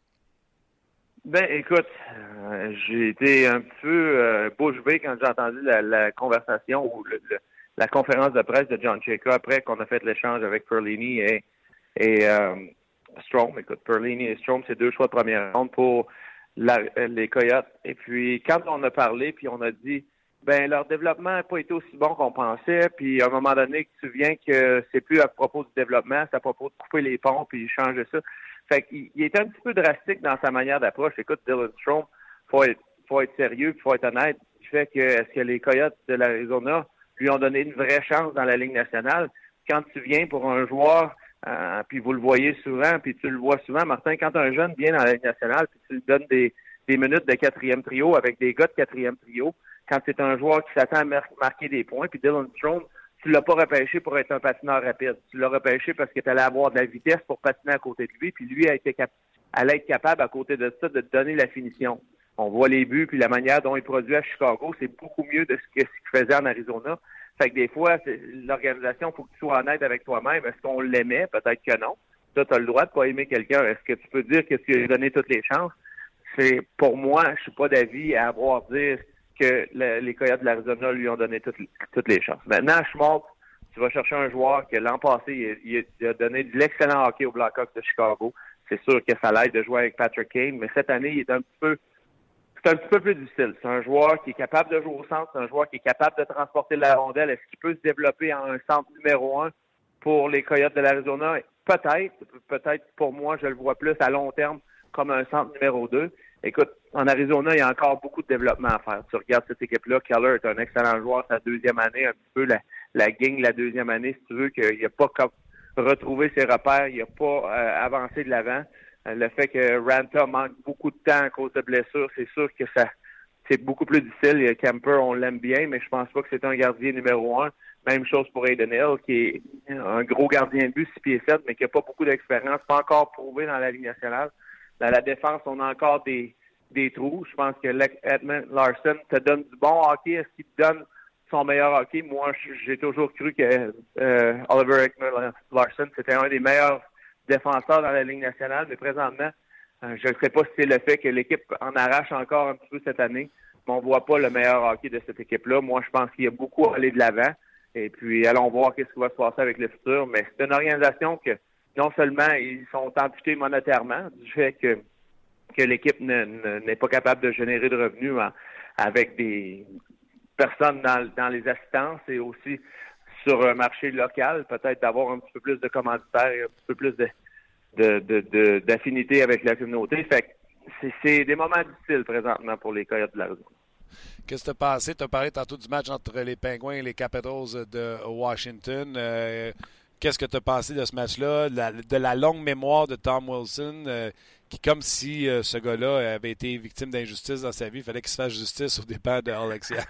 Ben, écoute, euh, j'ai été un petit peu euh, bouche bée quand j'ai entendu la, la conversation ou le, le, la conférence de presse de John Chayka après qu'on a fait l'échange avec Perlini et, et euh, Strome. Écoute, Perlini et Strome, c'est deux choix de première ronde pour la, les Coyotes. Et puis, quand on a parlé, puis on a dit, ben leur développement n'a pas été aussi bon qu'on pensait, puis à un moment donné, tu te souviens que c'est plus à propos du développement, c'est à propos de couper les ponts puis changer ça. Fait qu'il il était un petit peu drastique dans sa manière d'approche. Écoute, Dylan Strome, faut être, faut être sérieux, faut être honnête. Du fait que est-ce que les Coyotes de l'Arizona lui ont donné une vraie chance dans la Ligue nationale? Quand tu viens pour un joueur, euh, puis vous le voyez souvent, puis tu le vois souvent, Martin, quand un jeune vient dans la Ligue nationale, puis tu lui donnes des, des minutes de quatrième trio avec des gars de quatrième trio, quand c'est un joueur qui s'attend à mar- marquer des points, puis Dylan Strome, tu l'as pas repêché pour être un patineur rapide. Tu l'as repêché parce que tu allais avoir de la vitesse pour patiner à côté de lui, puis lui a été cap- allait être capable, à côté de ça, de te donner la finition. On voit les buts, puis la manière dont il produit à Chicago, c'est beaucoup mieux de ce que ce qu'il faisait en Arizona. Fait que des fois, c'est, l'organisation, il faut que tu sois honnête avec toi-même. Est-ce qu'on l'aimait? Peut-être que non. Toi, tu as le droit de pas aimer quelqu'un. Est-ce que tu peux dire que tu lui as donné toutes les chances? C'est, pour moi, je suis pas d'avis à avoir dire que le, les Coyotes de l'Arizona lui ont donné toutes, toutes les chances. Maintenant, Schmaltz, tu vas chercher un joueur que l'an passé, il, il a donné de l'excellent hockey aux Blackhawks de Chicago. C'est sûr que ça l'aide de jouer avec Patrick Kane, mais cette année, il est un petit peu c'est un petit peu plus difficile. C'est un joueur qui est capable de jouer au centre, c'est un joueur qui est capable de transporter la rondelle. Est-ce qu'il peut se développer en un centre numéro un pour les Coyotes de l'Arizona? Peut-être. Peut-être pour moi, je le vois plus à long terme comme un centre numéro deux. Écoute, en Arizona, il y a encore beaucoup de développement à faire. Tu regardes cette équipe-là, Keller est un excellent joueur, sa deuxième année, un petit peu la, la gang la deuxième année, si tu veux, qu'il n'a pas retrouvé ses repères, il n'a pas euh, avancé de l'avant. Euh, le fait que Ranta manque beaucoup de temps à cause de blessures, c'est sûr que ça c'est beaucoup plus difficile. Kemper, on l'aime bien, mais je pense pas que c'est un gardien numéro un. Même chose pour Aiden Hill, qui est un gros gardien de but, six pieds sept, mais qui n'a pas beaucoup d'expérience, pas encore prouvé dans la Ligue nationale. Dans la défense, on a encore des, des trous. Je pense que Edmund Larson te donne du bon hockey. Est-ce qu'il te donne son meilleur hockey? Moi, j'ai toujours cru que euh, Oliver Ekman-Larsson, c'était un des meilleurs défenseurs dans la Ligue nationale, mais présentement, euh, je ne sais pas si c'est le fait que l'équipe en arrache encore un petit peu cette année, mais on ne voit pas le meilleur hockey de cette équipe-là. Moi, je pense qu'il y a beaucoup à aller de l'avant. Et puis, allons voir qu'est-ce qui va se passer avec le futur. Mais c'est une organisation que, non seulement ils sont amputés monétairement du fait que, que l'équipe ne, ne, n'est pas capable de générer de revenus en, avec des personnes dans, dans les assistances et aussi sur un marché local, peut-être d'avoir un petit peu plus de commanditaires et un petit peu plus de, de, de, de d'affinité avec la communauté. Fait que c'est, c'est des moments difficiles présentement pour les Coyotes de l'Arizona. Qu'est-ce que tu as pensé? Tu as parlé tantôt du match entre les Penguins et les Capitals de Washington. Euh, qu'est-ce que tu as pensé de ce match-là? De la, de la longue mémoire de Tom Wilson, euh, qui, comme si euh, ce gars-là avait été victime d'injustice dans sa vie, il fallait qu'il se fasse justice aux dépens de Alexian.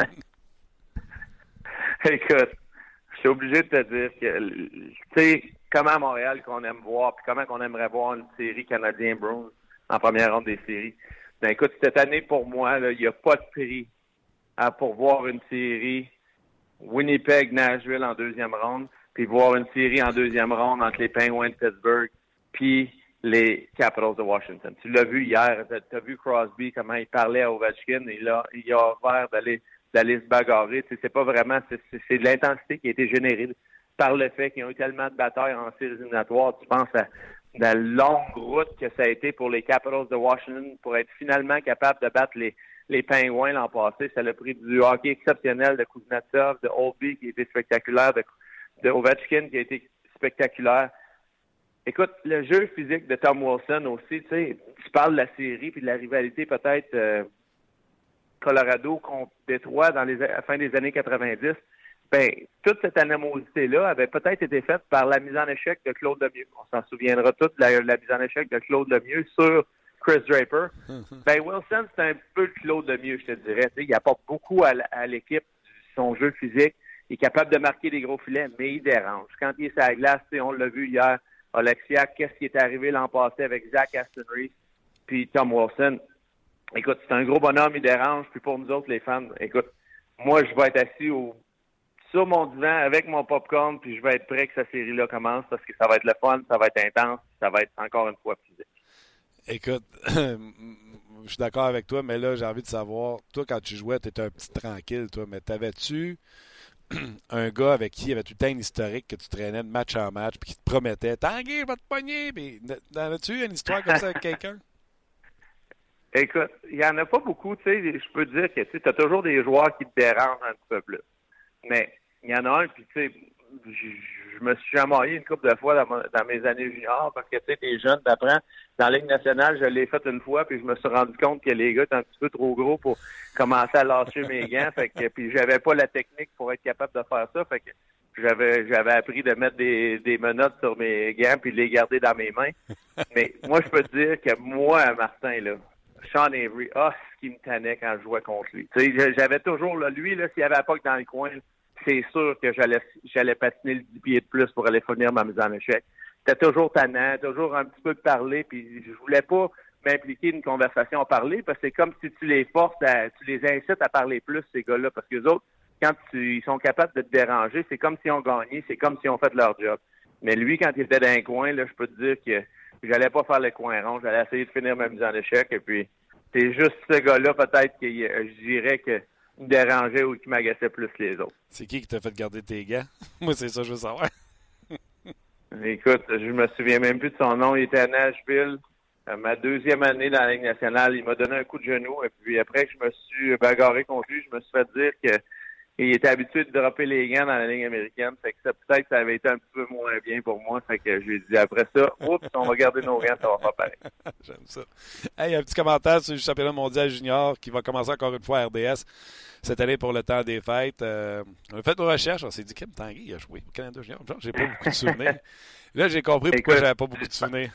Écoute, je suis obligé de te dire que, tu sais, comment à Montréal qu'on aime voir, puis comment qu'on aimerait voir une série Canadien-Bruins en première ronde des séries. Ben écoute, cette année, pour moi, il n'y a pas de prix à pour voir une série Winnipeg-Nashville en deuxième ronde, puis voir une série en deuxième ronde entre les Penguins de Pittsburgh puis les Capitals de Washington. Tu l'as vu hier, tu as vu Crosby, comment il parlait à Ovechkin, et là, il a offert d'aller d'aller se bagarrer. Tu sais, c'est pas vraiment, c'est, c'est, c'est de l'intensité qui a été générée par le fait qu'ils ont eu tellement de batailles en séries éliminatoires. Tu penses à la longue route que ça a été pour les Capitals de Washington pour être finalement capable de battre les, les Penguins l'an passé. Ça a pris du hockey exceptionnel de Kuznetsov, de Oldby qui a été spectaculaire, de, de Ovechkin qui a été spectaculaire. Écoute, le jeu physique de Tom Wilson aussi, tu sais, tu parles de la série puis de la rivalité peut-être euh, Colorado contre Détroit dans les à la fin des années quatre-vingt-dix. ben, toute cette animosité-là avait peut-être été faite par la mise en échec de Claude Lemieux. On s'en souviendra tous de la, la mise en échec de Claude Lemieux sur Chris Draper. Ben, Wilson, c'est un peu le Claude Lemieux, je te dirais. T'sais, il apporte beaucoup à, à l'équipe, son jeu physique. Il est capable de marquer des gros filets, mais il dérange. Quand il est sur la glace, on l'a vu hier, Oleksiak, qu'est-ce qui est arrivé l'an passé avec Zach Aston Reese puis Tom Wilson. Écoute, c'est un gros bonhomme, il dérange. Puis pour nous autres, les fans, écoute, moi, je vais être assis au, sur mon divan avec mon popcorn, puis je vais être prêt que cette série-là commence parce que ça va être le fun, ça va être intense, ça va être encore une fois physique. Écoute, je suis d'accord avec toi, mais là, j'ai envie de savoir, toi, quand tu jouais, tu étais un petit tranquille, toi, mais t'avais-tu un gars avec qui il y avait tout le temps une historique que tu traînais de match en match puis qui te promettait « Tanguy, je vais te pogner! » Avais-tu une histoire comme ça avec quelqu'un? Écoute, il n'y en a pas beaucoup, tu sais, je peux te dire que tu as toujours des joueurs qui te dérangent un petit peu plus. Mais il y en a un, puis tu sais, je me suis chamaillé une couple de fois dans, mon, dans mes années juniors parce que tu sais, t'es jeune, t'apprends. Dans la Ligue nationale, je l'ai fait une fois, puis je me suis rendu compte que les gars étaient un petit peu trop gros pour commencer à lâcher mes gants. Fait que, puis j'avais pas la technique pour être capable de faire ça. Fait que j'avais j'avais appris de mettre des, des menottes sur mes gants puis de les garder dans mes mains. Mais moi, je peux te dire que moi, Martin, là, Sean Avery, ah, ce qui me tannait quand je jouais contre lui. Tu sais, j'avais toujours, là, lui, là, s'il y avait pas que dans le coin, là, c'est sûr que j'allais j'allais patiner le dix pieds de plus pour aller finir ma mise en échec. C'était toujours tannant, toujours un petit peu de parler, puis je voulais pas m'impliquer d'une conversation à parler, parce que c'est comme si tu les forces, à, tu les incites à parler plus, ces gars-là, parce que les autres, quand tu, ils sont capables de te déranger, c'est comme s'ils ont gagné, c'est comme s'ils ont fait leur job. Mais lui, quand il était dans un coin, là, je peux te dire que j'allais pas faire le coin rond, j'allais essayer de finir ma mise en échec, et puis c'est juste ce gars-là, peut-être, que je dirais que me dérangeait ou qui m'agaçait plus que les autres. C'est qui qui t'a fait garder tes gants? Moi, c'est ça, je veux savoir. Écoute, je me souviens même plus de son nom. Il était à Nashville. À ma deuxième année dans la Ligue nationale, il m'a donné un coup de genou. Et puis après que je me suis bagarré contre lui, je me suis fait dire qu'il était habitué de dropper les gants dans la Ligue américaine. Fait que ça, peut-être ça avait été un petit peu moins bien pour moi. Fait que j'ai dit après ça, oups, on va garder nos gants, ça va faire pareil. J'aime ça. Hey, un petit commentaire sur le championnat mondial junior qui va commencer encore une fois à R D S cette année pour le temps des fêtes. Euh, on a fait nos recherches. On s'est dit, Kim Tanguy a joué au Canada junior. Genre, j'ai pas beaucoup de souvenirs. Là, j'ai compris pourquoi j'avais pas beaucoup de souvenirs.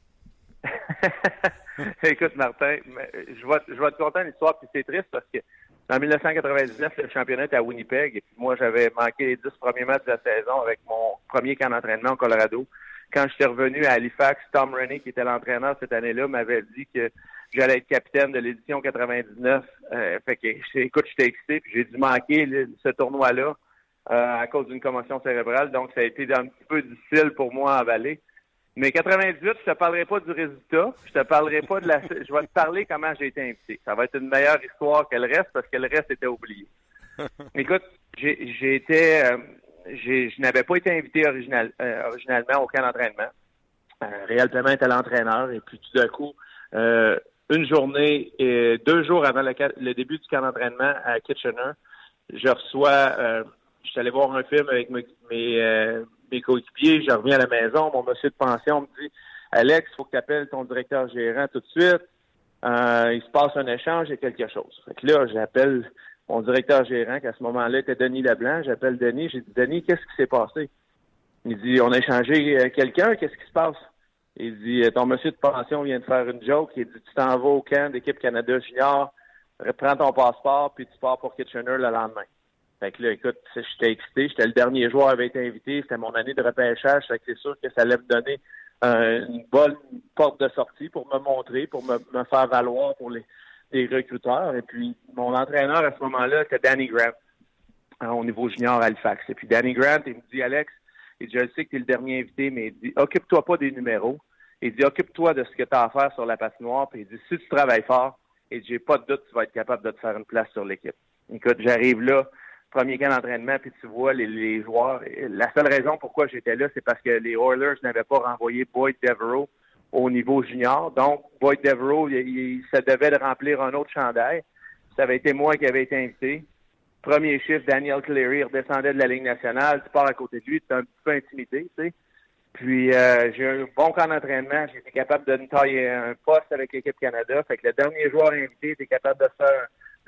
Écoute, Martin, je vais, je vais être content de l'histoire, puis c'est triste parce que en dix-neuf cent quatre-vingt-dix-neuf, le championnat était à Winnipeg, et puis moi, j'avais manqué les dix premiers matchs de la saison avec mon premier camp d'entraînement au Colorado. Quand j'étais revenu à Halifax, Tom Rennie, qui était l'entraîneur cette année-là, m'avait dit que j'allais être capitaine de l'édition quatre-vingt-dix-neuf. Euh, fait que, écoute, j'étais excité, puis j'ai dû manquer le, ce tournoi-là euh, à cause d'une commotion cérébrale, donc ça a été un petit peu difficile pour moi à avaler. Mais quatre-vingt-dix-huit, je te parlerai pas du résultat. Je te parlerai pas de la. Je vais te parler comment j'ai été invité. Ça va être une meilleure histoire que le reste parce que le reste était oublié. Écoute, j'ai, j'ai été. Euh, j'ai, je n'avais pas été invité original, euh, originalement au camp d'entraînement. Euh, Réal Paiement était l'entraîneur et puis tout d'un coup, euh, une journée et deux jours avant le, le début du camp d'entraînement à Kitchener, je reçois. Euh, je suis allé voir un film avec mes. mes euh, mes coéquipiers, je reviens à la maison, mon monsieur de pension me dit « Alex, il faut que tu appelles ton directeur gérant tout de suite. Euh, il se passe un échange, il y a quelque chose. » Fait que là, j'appelle mon directeur gérant, qui à ce moment-là était Denis Leblanc. J'appelle Denis, j'ai dit « Denis, qu'est-ce qui s'est passé? » Il dit « On a échangé quelqu'un, qu'est-ce qui se passe? » Il dit « Ton monsieur de pension vient de faire une joke. Il dit « Tu t'en vas au camp d'équipe Canada Junior, reprends ton passeport, puis tu pars pour Kitchener le lendemain. » Fait que là, écoute, j'étais excité. J'étais le dernier joueur qui avait été invité. C'était mon année de repêchage. Fait que c'est sûr que ça allait me donner euh, une bonne porte de sortie pour me montrer, pour me, me faire valoir pour les, les recruteurs. Et puis, mon entraîneur à ce moment-là, c'était Danny Grant, hein, au niveau junior à Halifax. Et puis, Danny Grant, il me dit, Alex, il dit, je sais que tu es le dernier invité, mais il dit, occupe-toi pas des numéros. Il dit, occupe-toi de ce que tu as à faire sur la patinoire. Puis il dit, si tu travailles fort, et j'ai pas de doute, tu vas être capable de te faire une place sur l'équipe. Écoute, j'arrive là. Premier camp d'entraînement, puis tu vois les, les joueurs. La seule raison pourquoi j'étais là, c'est parce que les Oilers n'avaient pas renvoyé Boyd Devereaux au niveau junior. Donc, Boyd Devereaux, il, il se devait de remplir un autre chandail. Ça avait été moi qui avais été invité. Premier chiffre, Daniel Cleary redescendait de la Ligue nationale. Tu pars à côté de lui, tu es un petit peu intimidé, tu sais. Puis, euh, j'ai eu un bon camp d'entraînement. J'ai été capable de me tailler un poste avec l'équipe Canada. Fait que le dernier joueur invité était capable de faire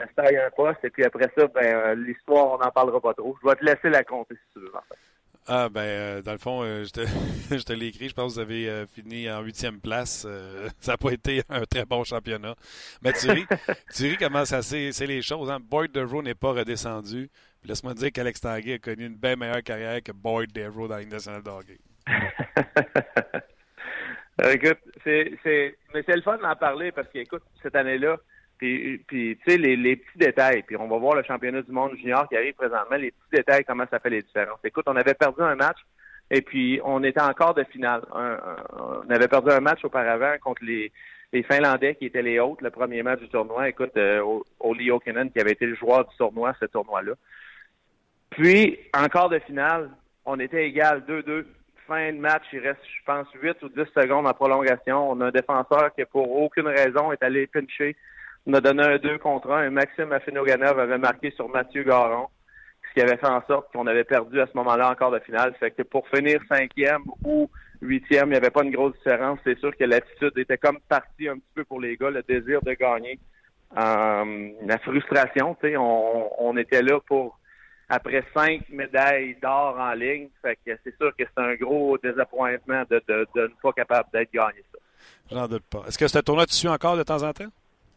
ça se taille un poste, et puis après ça, ben l'histoire, on n'en parlera pas trop. Je vais te laisser la compter si tu veux, Martin. Ah, ben, euh, dans le fond, euh, je te, je te l'ai écrit. Je pense que vous avez euh, fini en huitième place. Euh, ça n'a pas été un très bon championnat. Mais tu ris, tu ris comment ça c'est, c'est les choses. Hein? Boyd Devereaux n'est pas redescendu. Puis laisse-moi dire qu'Alex Tanguay a connu une bien meilleure carrière que Boyd Devereaux dans la Ligue nationale de hockey. Écoute, c'est, c'est, mais c'est le fun d'en parler parce qu'écoute, cette année-là, puis, puis tu sais, les, les petits détails, puis on va voir le championnat du monde junior qui arrive présentement, les petits détails, comment ça fait les différences. Écoute, on avait perdu un match et puis on était encore de finale. Un, un, on avait perdu un match auparavant contre les, les Finlandais qui étaient les hôtes, le premier match du tournoi. Écoute, euh, Olli Jokinen qui avait été le joueur du tournoi, ce tournoi-là. Puis, encore de finale, on était égal deux deux. Fin de match, il reste, je pense, huit ou dix secondes en prolongation. On a un défenseur qui, pour aucune raison, est allé pincher. On a donné un deux contre un. Et Maxime Afinoganov avait marqué sur Mathieu Garon, ce qui avait fait en sorte qu'on avait perdu à ce moment-là encore de finale. Fait que pour finir cinquième ou huitième, il n'y avait pas une grosse différence. C'est sûr que l'attitude était comme partie un petit peu pour les gars, le désir de gagner. Euh, la frustration, tu sais, on, on était là pour... après cinq médailles d'or en ligne, fait que c'est sûr que c'est un gros désappointement de, de, de ne pas capable d'être gagné ça. J'en doute pas. Est-ce que ce tournoi tu suis encore de temps en temps?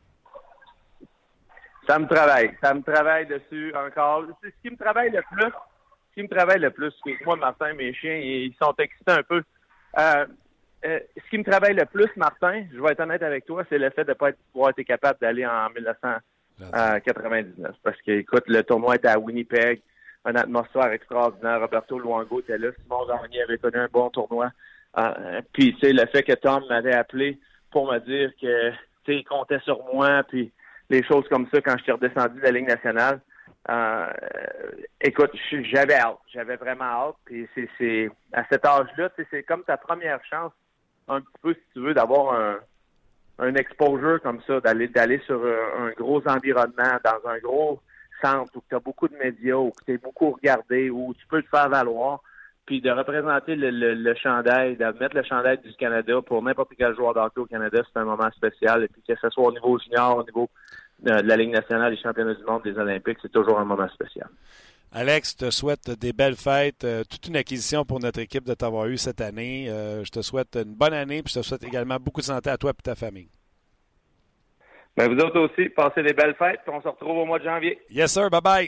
Ça me travaille. Ça me travaille dessus encore. C'est ce qui me travaille le plus. Ce qui me travaille le plus, excuse-moi, Martin, mes chiens, ils sont excités un peu. Euh, euh, ce qui me travaille le plus, Martin, je vais être honnête avec toi, c'est le fait de ne pas être, pouvoir être capable d'aller en mille neuf cent quatre-vingt-dix-neuf. Parce que, écoute, le tournoi était à Winnipeg, une atmosphère extraordinaire. Roberto Luongo était là, Simon Gagné avait connu un bon tournoi. Euh, puis, tu sais, le fait que Tom m'avait appelé pour me dire que, tu sais, il comptait sur moi, puis les choses comme ça quand je suis redescendu de la Ligue nationale. Euh, écoute, j'avais hâte. J'avais vraiment hâte. Puis, c'est, c'est à cet âge-là, tu sais, c'est comme ta première chance, un petit peu, si tu veux, d'avoir un un exposure comme ça, d'aller d'aller sur un, un gros environnement, dans un gros centre où tu as beaucoup de médias, où tu es beaucoup regardé, où tu peux te faire valoir, puis de représenter le, le, le chandail, de mettre le chandail du Canada pour n'importe quel joueur d'hockey au Canada, c'est un moment spécial. Et puis que ce soit au niveau junior, au niveau de la Ligue nationale, des championnats du monde, des Olympiques, c'est toujours un moment spécial. Alex, je te souhaite des belles fêtes, euh, toute une acquisition pour notre équipe de t'avoir eu cette année. Euh, je te souhaite une bonne année, puis je te souhaite également beaucoup de santé à toi et ta famille. Ben, vous autres aussi, passez des belles fêtes, puis on se retrouve au mois de janvier. Yes, sir. Bye-bye.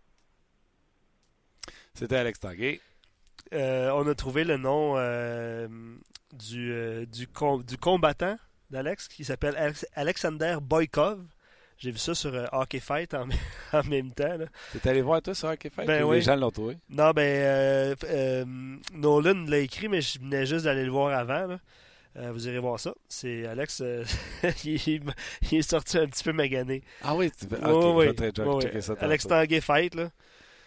C'était Alex Tanguay. Euh, on a trouvé le nom euh, du, euh, du, com- du combattant d'Alex, qui s'appelle Alex- Alexander Boykov. J'ai vu ça sur euh, Hockey Fight en, en même temps. Là. T'es allé voir, toi, sur Hockey Fight? Ben ou oui. Les gens l'ont trouvé? Non, ben, euh, euh, Nolan l'a écrit, mais je venais juste d'aller le voir avant. Là. Euh, vous irez voir ça. C'est Alex, euh, il, il est sorti un petit peu magané. Ah oui? Tu... Okay, oh, oui. Je vais te oh, checker oui. ça. Alex Tanguay Fight, là.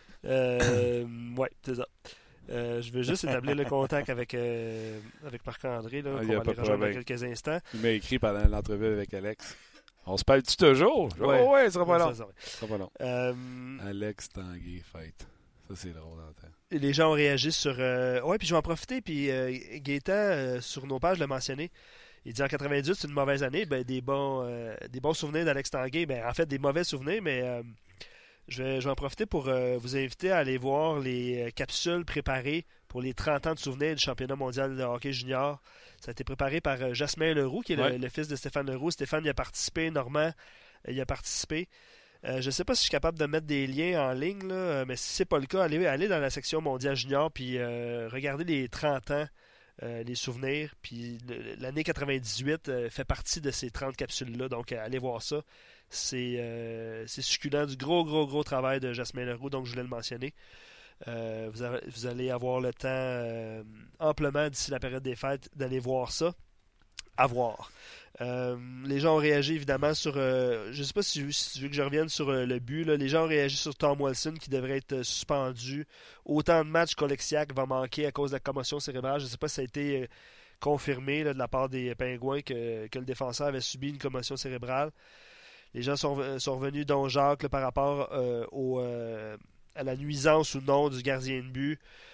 Euh, ouais, c'est ça. Euh, je veux juste établir le contact avec, euh, avec Marc-André, là, ah, qu'on va aller rejoindre dans quelques instants. Il m'a écrit pendant l'entrevue avec Alex. On se parle-tu toujours? Ouais, oh, ouais, ce sera pas long. Ça, ça, ouais. Ce sera pas long. Euh, Alex Tanguay Fight. Ça, c'est drôle d'entendre. Les gens ont réagi sur... Euh... Ouais, puis je vais en profiter, puis euh, Gaétan, euh, sur nos pages, l'a mentionné. Il dit en quatre-vingt-dix, c'est une mauvaise année. Ben, des, bons, euh, des bons souvenirs d'Alex Tanguay. Ben, en fait, des mauvais souvenirs, mais euh, je, vais, je vais en profiter pour euh, vous inviter à aller voir les capsules préparées pour les trente ans de souvenirs du championnat mondial de hockey junior. Ça a été préparé par euh, Jasmin Leroux, qui est ouais. le, le fils de Stéphane Leroux. Stéphane y a participé, Normand euh, y a participé. Euh, je ne sais pas si je suis capable de mettre des liens en ligne, là, mais si ce n'est pas le cas, allez, allez dans la section mondiale junior puis euh, regardez les trente ans, euh, les souvenirs. Puis l'année quatre-vingt-dix-huit euh, fait partie de ces trente capsules-là, donc euh, allez voir ça. C'est, euh, c'est succulent, du gros, gros, gros travail de Jasmin Leroux, donc je voulais le mentionner. Euh, vous, avez, vous allez avoir le temps euh, amplement d'ici la période des fêtes d'aller voir ça. À voir. Euh, les gens ont réagi évidemment sur... Euh, je ne sais pas si, si tu veux que je revienne sur euh, le but. Là. Les gens ont réagi sur Tom Wilson qui devrait être euh, suspendu. Autant de matchs qu'Oleksiak va manquer à cause de la commotion cérébrale. Je ne sais pas si ça a été euh, confirmé là, de la part des Pingouins que, que le défenseur avait subi une commotion cérébrale. Les gens sont, sont revenus dont Jacques là, par rapport euh, au, euh, à la nuisance ou non du gardien de but.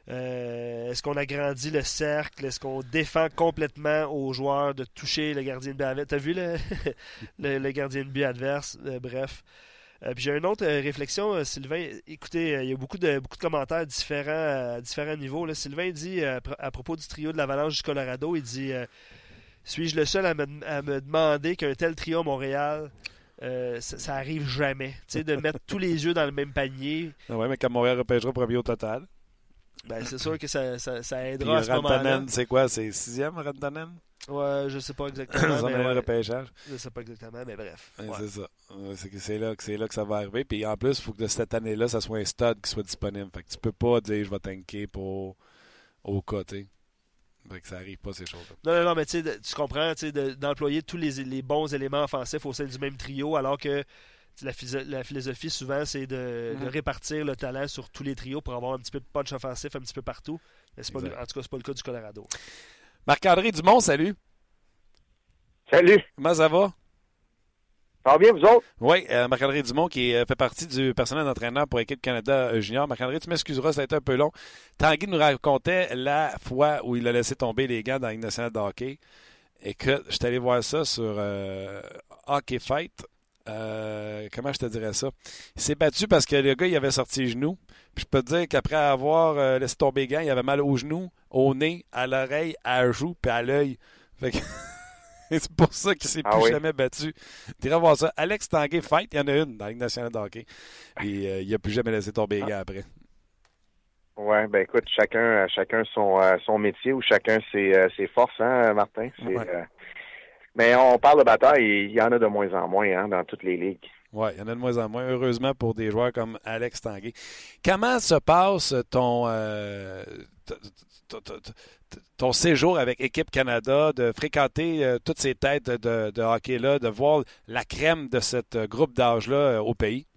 Euh, est-ce qu'on agrandit le cercle? Est-ce qu'on défend complètement aux joueurs de toucher le gardien de but adverse? T'as vu le, le, le gardien de but adverse? Euh, bref. Euh, puis j'ai une autre euh, réflexion, euh, Sylvain. Écoutez, euh, il y a beaucoup de, beaucoup de commentaires différents à différents niveaux. Là. Sylvain dit, euh, à propos du trio de l'Avalanche du Colorado, il dit euh, suis-je le seul à me, à me demander qu'un tel trio à Montréal, euh, ça, ça arrive jamais? Tu sais, de mettre tous les yeux dans le même panier. Ah ouais, mais quand Montréal repêchera premier au total. Ben, c'est sûr que ça, ça, ça aidera Puis à ce moment-là. Rantanen, c'est quoi? C'est sixième, Rantanen? Ouais, je sais pas exactement. Son mais meilleur ouais, repêchage. je sais pas exactement, mais bref. Ouais, Ouais. C'est ça. Ouais, C'est, que c'est, là, que c'est là que ça va arriver. Puis en plus, il faut que cette année-là, ça soit un stud qui soit disponible. Fait que tu peux pas dire je vais tanker pour au cas, tu sais. Fait que ça arrive pas, ces choses-là. Non, non, non, mais tu sais, de- tu comprends, tu sais, de- d'employer tous les, les bons éléments offensifs au sein du même trio, alors que tu sais, la, physio- la philosophie, souvent, c'est de, de Mhm. répartir le talent sur tous les trios pour avoir un petit peu de punch offensif un petit peu partout. Mais c'est pas, le- Exact. en tout cas, c'est pas le cas du Colorado. Marc-André Dumont, salut. Salut. Comment ça va? Ça va bien, vous autres? Oui, euh, Marc-André Dumont qui euh, fait partie du personnel d'entraîneur pour Équipe Canada euh, Junior. Marc-André, tu m'excuseras, ça a été un peu long. Tanguy nous racontait la fois où il a laissé tomber les gants dans la Ligue nationale de hockey. Et que je suis allé voir ça sur euh, Hockey Fight. Euh, comment je te dirais ça? Il s'est battu parce que le gars, il avait sorti les genoux. Puis je peux te dire qu'après avoir euh, laissé tomber les gants, il avait mal aux genoux, au nez, à l'oreille, à la joue, puis à l'œil. Fait que c'est pour ça qu'il s'est Ah plus oui? jamais battu. Tu iras voir ça. Alex Tanguay Fight, il y en a une dans la Ligue nationale de hockey. Et euh, il n'a plus jamais laissé tomber les gants après. Ouais, ben écoute, chacun chacun son euh, son métier ou chacun ses, euh, ses forces, hein, Martin. C'est, Ouais. euh, Mais on parle de bataille, il y en a de moins en moins hein, dans toutes les ligues. Oui, il y en a de moins en moins, heureusement, pour des joueurs comme Alex Tanguay. Comment se passe ton, euh, t- t- t- t- ton séjour avec Équipe Canada, de fréquenter euh, toutes ces têtes de, de hockey-là, de voir la crème de ce groupe d'âge-là euh, au pays?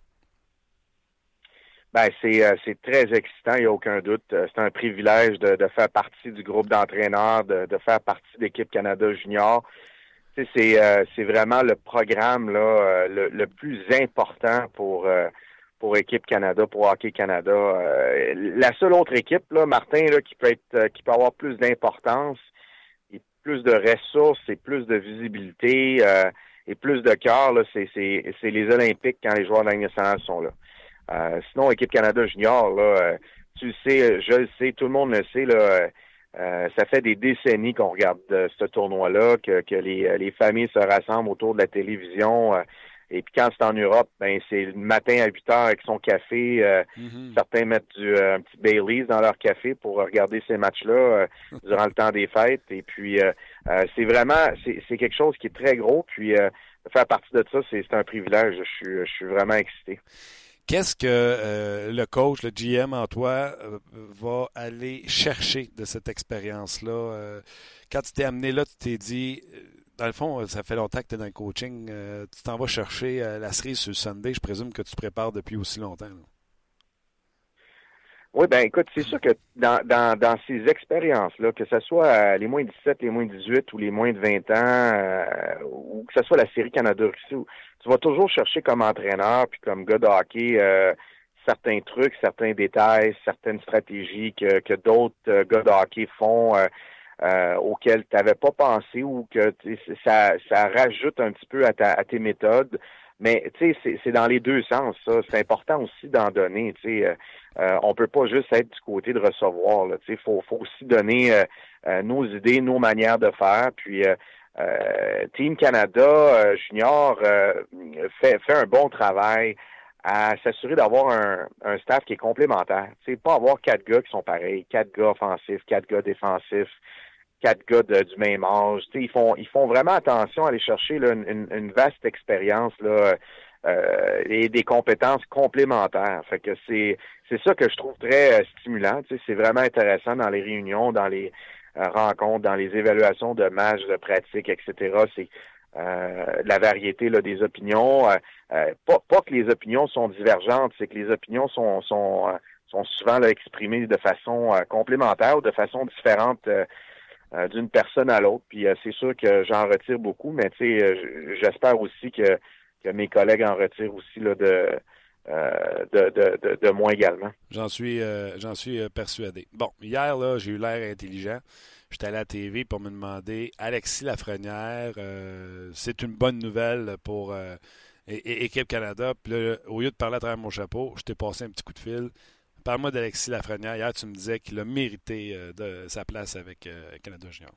Ben c'est euh, c'est très excitant, il n'y a aucun doute. Euh, C'est un privilège de, de faire partie du groupe d'entraîneurs, de, de faire partie d'Équipe Canada Junior. Tu sais, c'est euh, c'est vraiment le programme là euh, le, le plus important pour euh, pour Équipe Canada, pour Hockey Canada. Euh, la seule autre équipe là, Martin, là, qui peut être euh, qui peut avoir plus d'importance, et plus de ressources et plus de visibilité euh, et plus de cœur, là, c'est c'est c'est les Olympiques quand les joueurs de la Ligue nationale sont là. Euh, sinon, Équipe Canada Junior, là, euh, tu le sais, je le sais, tout le monde le sait, là. Euh, Euh, ça fait des décennies qu'on regarde euh, ce tournoi-là, que, que les, les familles se rassemblent autour de la télévision. Euh, et puis quand c'est en Europe, ben c'est le matin à huit heures avec son café. Euh, Mm-hmm. Certains mettent du euh, un petit Baileys dans leur café pour regarder ces matchs-là euh, durant le temps des fêtes. Et puis euh, euh, c'est vraiment c'est, c'est quelque chose qui est très gros. Puis euh, de faire partie de ça, c'est, c'est un privilège. Je suis je suis vraiment excité. Qu'est-ce que euh, le coach, le G M en toi, euh, va aller chercher de cette expérience-là? Euh, quand tu t'es amené là, tu t'es dit, euh, dans le fond, ça fait longtemps que tu es dans le coaching, euh, tu t'en vas chercher euh, la cerise sur le Sunday, je présume que tu te prépares depuis aussi longtemps. Là. Oui, ben écoute, c'est sûr que dans, dans, dans ces expériences-là, que ce soit euh, les moins dix-sept, les moins dix-huit ou les moins de vingt ans, euh, ou que ce soit la série Canada-Russie, où tu vas toujours chercher comme entraîneur puis comme gars de hockey euh, certains trucs, certains détails, certaines stratégies que, que d'autres euh, gars de hockey font euh, euh, auxquelles tu n'avais pas pensé ou que ça, ça rajoute un petit peu à, ta, à tes méthodes. Mais tu sais, c'est, c'est dans les deux sens, ça. C'est important aussi d'en donner. Tu sais, euh, euh, on peut pas juste être du côté de recevoir. Là, tu sais, faut, faut aussi donner euh, euh, nos idées, nos manières de faire. Puis euh, euh, Team Canada euh, Junior euh, fait, fait un bon travail à s'assurer d'avoir un, un staff qui est complémentaire. Tu sais, pas avoir quatre gars qui sont pareils, quatre gars offensifs, quatre gars défensifs, quatre gars de, du même âge. Tu sais, ils font ils font vraiment attention à aller chercher là, une, une vaste expérience là, euh, et des compétences complémentaires. Fait que c'est c'est ça que je trouve très euh, stimulant. Tu sais, c'est vraiment intéressant dans les réunions, dans les euh, rencontres, dans les évaluations de matchs, de pratiques, et cetera. C'est euh, la variété là, des opinions. Euh, euh, pas, pas que les opinions sont divergentes, c'est que les opinions sont sont, euh, sont souvent là, exprimées de façon euh, complémentaire ou de façon différente euh, euh, d'une personne à l'autre. Puis euh, c'est sûr que j'en retire beaucoup, mais tu sais, euh, j'espère aussi que, que mes collègues en retirent aussi là, de euh, de, de, de, de moi également. J'en suis, euh, j'en suis euh, persuadé. Bon, hier, là, j'ai eu l'air intelligent. J'étais allé à la T V pour me demander, Alexis Lafrenière, euh, c'est une bonne nouvelle pour euh, é- é- Équipe Canada. Puis là, au lieu de parler à travers mon chapeau, je t'ai passé un petit coup de fil. Parle-moi d'Alexis Lafrenière. Hier, tu me disais qu'il a mérité euh, de sa place avec euh, Canada Junior.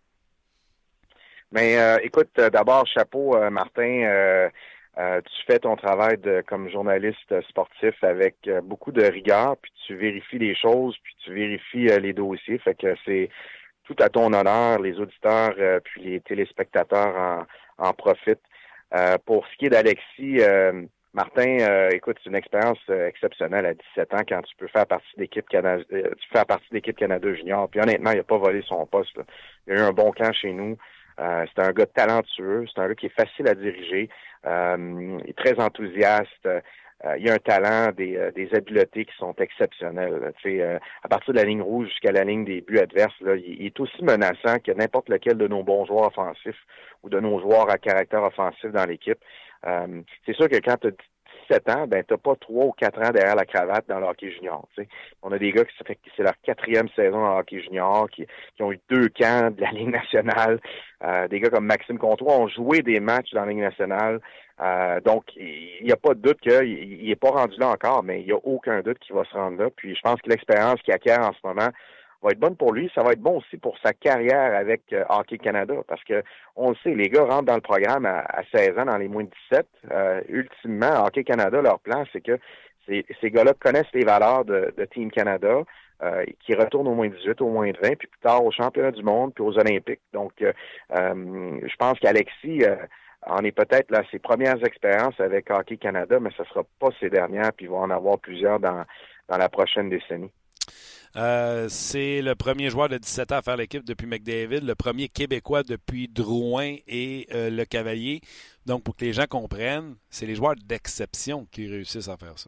Mais euh, écoute, euh, d'abord, chapeau, euh, Martin. Euh, euh, tu fais ton travail de, comme journaliste sportif avec euh, beaucoup de rigueur, puis tu vérifies les choses, puis tu vérifies euh, les dossiers. Fait que c'est tout à ton honneur. Les auditeurs euh, puis les téléspectateurs en, en profitent. Euh, pour ce qui est d'Alexis, euh, Martin, euh, écoute, c'est une expérience euh, exceptionnelle à dix-sept ans quand tu peux faire partie d'équipe Canada, euh, tu fais partie d'équipe Canada Junior. Puis honnêtement, il n'a pas volé son poste. Là. Il a eu un bon camp chez nous. Euh, c'est un gars talentueux, c'est un gars qui est facile à diriger, euh, il est très enthousiaste, euh, il a un talent, des, euh, des habiletés qui sont exceptionnelles. Tu sais, euh, à partir de la ligne rouge jusqu'à la ligne des buts adverses, là, il, il est aussi menaçant que n'importe lequel de nos bons joueurs offensifs ou de nos joueurs à caractère offensif dans l'équipe. Euh, c'est sûr que quand tu as dix-sept ans, ben t'as pas trois ou quatre ans derrière la cravate dans le hockey junior. T'sais. On a des gars qui ça fait c'est leur quatrième saison en hockey junior, qui, qui ont eu deux camps de la Ligue nationale. Euh, des gars comme Maxime Comtois ont joué des matchs dans la Ligue nationale. Euh, donc, il n'y a pas de doute qu'il n'est pas rendu là encore, mais il n'y a aucun doute qu'il va se rendre là. Puis je pense que l'expérience qu'il acquiert en ce moment va être bonne pour lui. Ça va être bon aussi pour sa carrière avec euh, Hockey Canada, parce que on le sait, les gars rentrent dans le programme à, à seize ans, dans les moins de dix-sept. Euh, ultimement, Hockey Canada, leur plan, c'est que ces, ces gars-là connaissent les valeurs de, de Team Canada, euh, qui retournent au moins dix-huit, au moins vingt, puis plus tard aux championnats du monde, puis aux Olympiques. Donc, euh, euh, je pense qu'Alexis euh, en est peut-être là ses premières expériences avec Hockey Canada, mais ce ne sera pas ses dernières, puis il va en avoir plusieurs dans, dans la prochaine décennie. Euh, c'est le premier joueur de dix-sept ans à faire l'équipe depuis McDavid, le premier Québécois depuis Drouin et euh, le Cavalier. Donc, pour que les gens comprennent, c'est les joueurs d'exception qui réussissent à faire ça.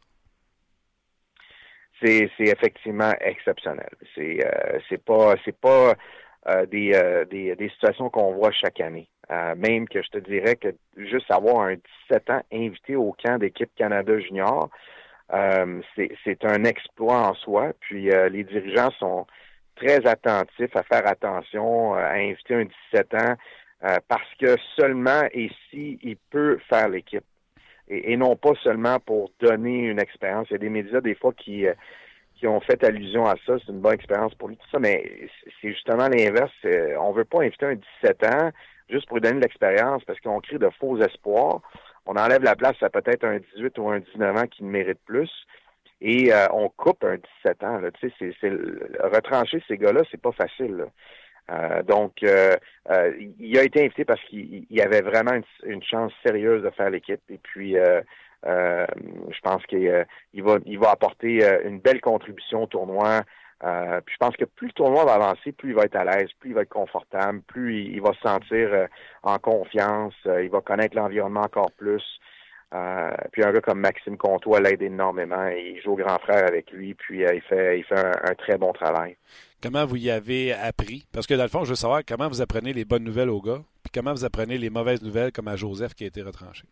C'est, c'est effectivement exceptionnel. C'est, euh, c'est pas, c'est pas euh, des, euh, des, des situations qu'on voit chaque année. Euh, même que je te dirais que juste avoir un dix-sept ans invité au camp d'équipe Canada Junior, Euh, c'est, c'est un exploit en soi. Puis euh, les dirigeants sont très attentifs à faire attention, euh, à inviter un dix-sept ans euh, parce que seulement et si il peut faire l'équipe. Et, et non pas seulement pour donner une expérience. Il y a des médias des fois qui, euh, qui ont fait allusion à ça. C'est une bonne expérience pour lui, tout ça, mais c'est justement l'inverse. C'est, on veut pas inviter un dix-sept ans juste pour lui donner de l'expérience parce qu'on crée de faux espoirs. On enlève la place à peut-être un dix-huit ou un dix-neuf ans qui ne mérite plus. Et euh, on coupe un dix-sept ans. Là. Tu sais, c'est, c'est, retrancher ces gars-là, c'est pas facile. Là. Euh, donc, euh, euh, il a été invité parce qu'il il avait vraiment une, une chance sérieuse de faire l'équipe. Et puis, euh, euh, je pense qu'il euh, il va, il va apporter euh, une belle contribution au tournoi. Euh, puis je pense que plus le tournoi va avancer, plus il va être à l'aise, plus il va être confortable, plus il, il va se sentir euh, en confiance, euh, il va connaître l'environnement encore plus. Euh, puis un gars comme Maxime Comtois l'aide énormément. Il joue au grand frère avec lui, puis euh, il fait il fait un, un très bon travail. Comment vous y avez appris? Parce que dans le fond, je veux savoir comment vous apprenez les bonnes nouvelles aux gars, puis comment vous apprenez les mauvaises nouvelles comme à Joseph qui a été retranché.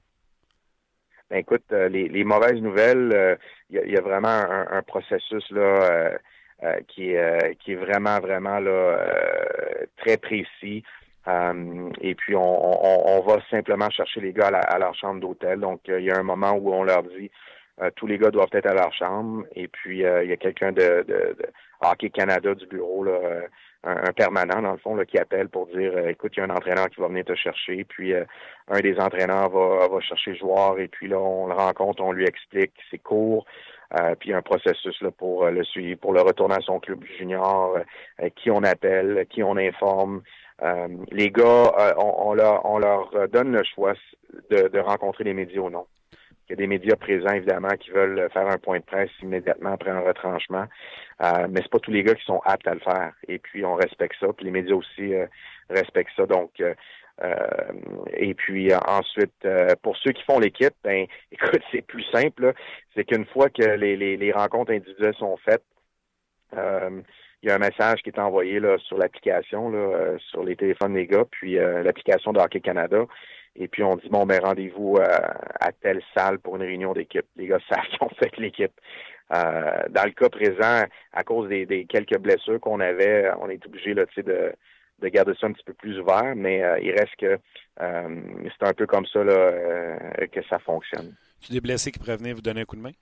Ben écoute, euh, les, les mauvaises nouvelles, il euh, y, y a vraiment un, un processus là. Euh, Euh, qui est euh, qui est vraiment vraiment là euh, très précis euh, et puis on, on, on va simplement chercher les gars à, la, à leur chambre d'hôtel. Donc il euh, y a un moment où on leur dit euh, tous les gars doivent être à leur chambre et puis il euh, y a quelqu'un de, de, de Hockey Canada du bureau là, euh, un, un permanent dans le fond là, qui appelle pour dire euh, écoute, il y a un entraîneur qui va venir te chercher, puis euh, un des entraîneurs va, va chercher le joueur et puis là on le rencontre, on lui explique ses cours. Euh, puis un processus là, pour euh, le suivi, pour le retourner à son club junior, euh, qui on appelle, qui on informe. Euh, les gars, euh, on, on, leur, on leur donne le choix de, de rencontrer les médias ou non. Il y a des médias présents, évidemment, qui veulent faire un point de presse immédiatement après un retranchement. Euh, mais c'est pas tous les gars qui sont aptes à le faire. Et puis, on respecte ça. Puis les médias aussi euh, respectent ça. Donc, euh, Euh, et puis euh, ensuite, euh, pour ceux qui font l'équipe, ben écoute, c'est plus simple. Là. C'est qu'une fois que les, les, les rencontres individuelles sont faites, euh, il y a un message qui est envoyé là, sur l'application, là, euh, sur les téléphones des gars, puis euh, l'application de Hockey Canada. Et puis, on dit, bon, ben rendez-vous euh, à telle salle pour une réunion d'équipe. Les gars savent qu'ils ont fait l'équipe. Euh, dans le cas présent, à cause des, des quelques blessures qu'on avait, on est obligé là, de, de garder ça un petit peu plus ouvert, mais euh, il reste que euh, c'est un peu comme ça là, euh, que ça fonctionne. Tu des blessés qui pourraient venir vous donner un coup de main?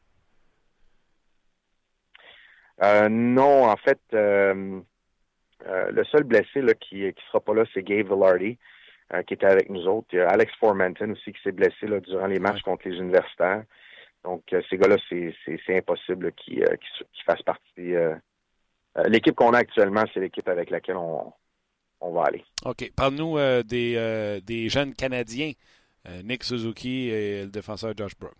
Euh, non, en fait, euh, euh, le seul blessé là, qui ne sera pas là, c'est Gabe Velarde, euh, qui était avec nous autres. Il y a Alex Formanton aussi qui s'est blessé là, durant les matchs ouais. contre les universitaires. Donc, euh, ces gars-là, c'est, c'est, c'est impossible là, qu'ils, euh, qu'ils, qu'ils fassent partie. Euh, euh, l'équipe qu'on a actuellement, c'est l'équipe avec laquelle on, on va aller. OK. Parle-nous euh, des, euh, des jeunes Canadiens, euh, Nick Suzuki et le défenseur Josh Brook.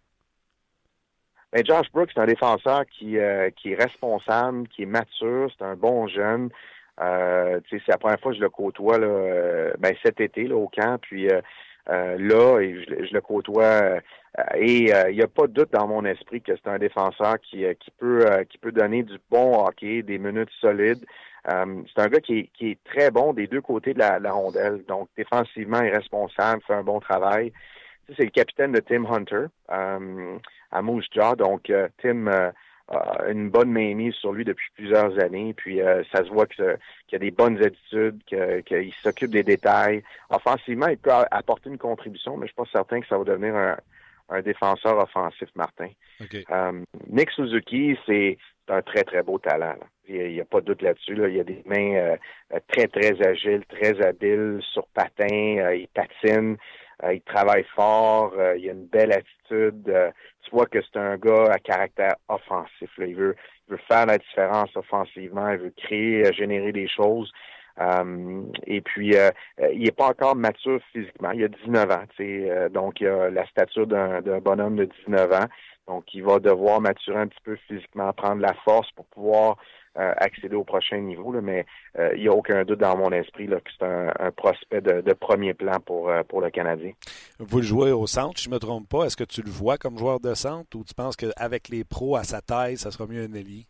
Ben, Josh Brook, c'est un défenseur qui, euh, qui est responsable, qui est mature, c'est un bon jeune. Euh, c'est la première fois que je le côtoie là, euh, ben, cet été là, au camp. Puis euh, euh, là, et je, je le côtoie euh, et il euh, n'y a pas de doute dans mon esprit que c'est un défenseur qui, euh, qui peut euh, qui peut donner du bon hockey, des minutes solides. Euh, c'est un gars qui est, qui est très bon des deux côtés de la, la rondelle. Donc, défensivement, il est responsable, fait un bon travail. Tu sais, c'est le capitaine de Tim Hunter euh, à Moose Jaw. Donc, euh, Tim euh, a une bonne mainmise sur lui depuis plusieurs années. Puis, euh, ça se voit que, qu'il y a des bonnes attitudes, que, qu'il s'occupe des détails. Offensivement, il peut apporter une contribution, mais je suis pas certain que ça va devenir un, un défenseur offensif, Martin. Okay. Euh, Nick Suzuki, c'est un très, très beau talent. Là. Il n'y a, a pas de doute là-dessus. Là. Il a des mains euh, très, très agiles, très habiles, sur patins. Euh, il patine. Euh, il travaille fort, euh, il a une belle attitude. Euh, tu vois que c'est un gars à caractère offensif. Là. Il veut, il veut faire la différence offensivement, il veut créer, euh, générer des choses. Euh, et puis, euh, il n'est pas encore mature physiquement. Il a dix-neuf ans, euh, donc il a la stature d'un, d'un bonhomme de dix-neuf ans. Donc, il va devoir maturer un petit peu physiquement, prendre la force pour pouvoir euh, accéder au prochain niveau. Là, mais euh, il n'y a aucun doute dans mon esprit là, que c'est un, un prospect de, de premier plan pour, euh, pour le Canadien. Vous le jouez au centre, je ne me trompe pas. Est-ce que tu le vois comme joueur de centre ou tu penses qu'avec les pros à sa taille, ça sera mieux un ailier?